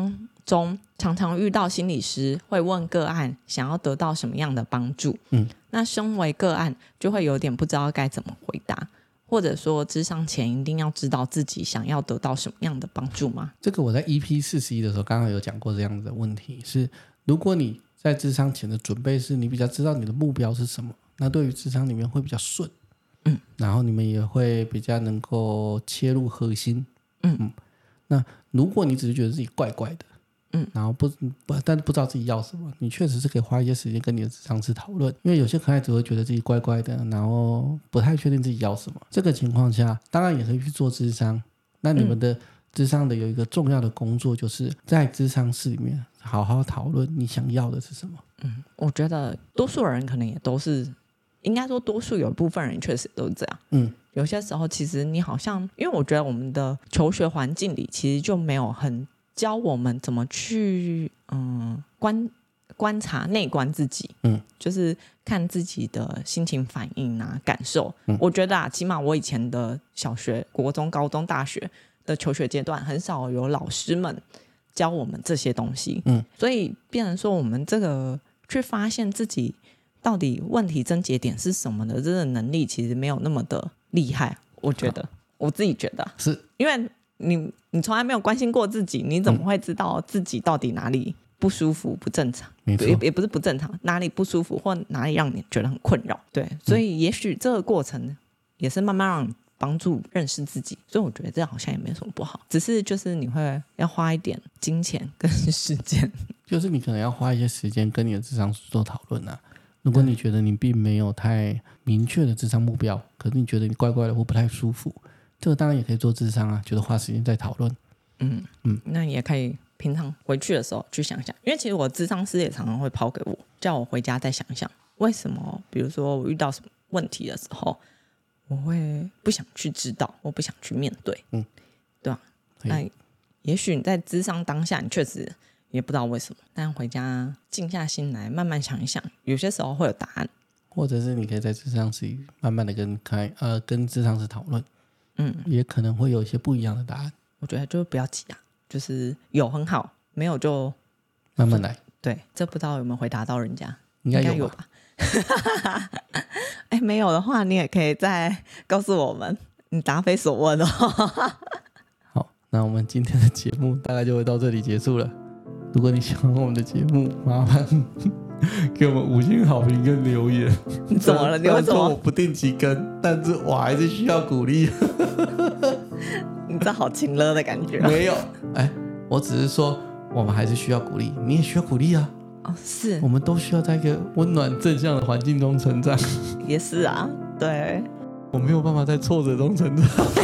中常常遇到心理师会问个案想要得到什么样的帮助， 嗯， 那身为个案就会有点不知道该怎么回答，或者说諮商前一定要知道自己想要得到什么样的帮助吗？ 这个我在 E P 四十一的时候刚刚有讲过这样子的问题，是如果你在諮商前的准备是你比较知道你的目标是什么，那对于諮商里面会比较顺， 嗯， 然后你们也会比较能够切入核心， 嗯嗯，那如果你只是觉得自己怪怪的， 嗯， 然后不不但不知道自己要什么，你确实是可以花一些时间跟你的諮商师讨论，因为有些可爱只会觉得自己怪怪的，然后不太确定自己要什么，这个情况下当然也可以去做諮商。那你们的諮商的有一个重要的工作，就是在諮商室里面好好讨论你想要的是什么。 嗯，我觉得多数人可能也都是，应该说多数有一部分人确实都是这样。 嗯， 有些时候其实你好像，因为我觉得我们的求学环境里其实就没有很教我们怎么去嗯观观察内观自己， 嗯， 就是看自己的心情反应啊感受。 嗯， 我觉得啊，起码我以前的小学、国中、高中、大学的求学阶段，很少有老师们教我们这些东西。 嗯， 所以变成说我们这个去发现自己到底问题症结点是什么的这个能力其实没有那么的厉害，我觉得我自己觉得是因为你你从来没有关心过自己，你怎么会知道自己到底哪里不舒服不正常？ 没错， 也也不是不正常，哪里不舒服或哪里让你觉得很困扰。对，所以也许这个过程也是慢慢让你帮助认识自己，所以我觉得这好像也没什么不好，只是就是你会要花一点金钱跟时间， 就是你可能要花一些时间跟你的諮商师做讨论啊。如果你觉得你并没有太明确的諮商目标，可是你觉得你怪怪的或不太舒服，这个当然也可以做諮商啊，就是花时间再讨论。 嗯嗯，那也可以平常回去的时候去想想，因为其实我諮商师也常常会抛给我，叫我回家再想一想，为什么比如说我遇到什么问题的时候，我会不想去知道，我不想去面对，嗯，对吧？那也许你在諮商当下，你确实也不知道为什么，但回家静下心来慢慢想一想，有些时候会有答案。 或者是你可以在諮商室慢慢的跟开呃跟諮商师讨论，嗯，也可能会有一些不一样的答案。 我觉得就不要急啊，就是有很好，没有就慢慢来。 对，这不知道有没有回答到人家， 应该有吧？哎，没有的话，你也可以再告诉我们，你答非所问哦。 好，那我们今天的节目大概就会到这里结束了。如果你喜欢我们的节目，麻烦给我们五星好评跟留言。 你怎么了？你为什么？ 我不定期更，但是我还是需要鼓励。 你这好情勒的感觉。 没有，哎，我只是说我们还是需要鼓励，你也需要鼓励啊。 哦，是， 我们都需要在一个温暖正向的环境中成长。 也是啊，对， 我没有办法在挫折中成长。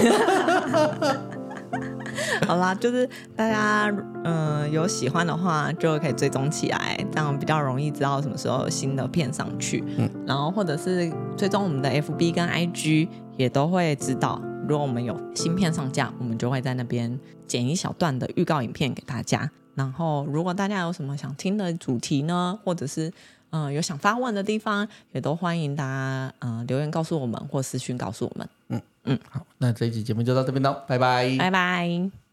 好啦，就是大家嗯、呃、有喜欢的话就可以追踪起来，这样比较容易知道什么时候有新的片上去，嗯，然后或者是追踪我们的 F B 跟 I G 也都会知道，如果我们有新片上架，我们就会在那边剪一小段的预告影片给大家。然后如果大家有什么想听的主题呢，或者是嗯、呃、有想发问的地方，也都欢迎大家嗯、呃、留言告诉我们或私讯告诉我们。嗯嗯， 好，那这一集节目就到这边喽，拜拜， 拜拜。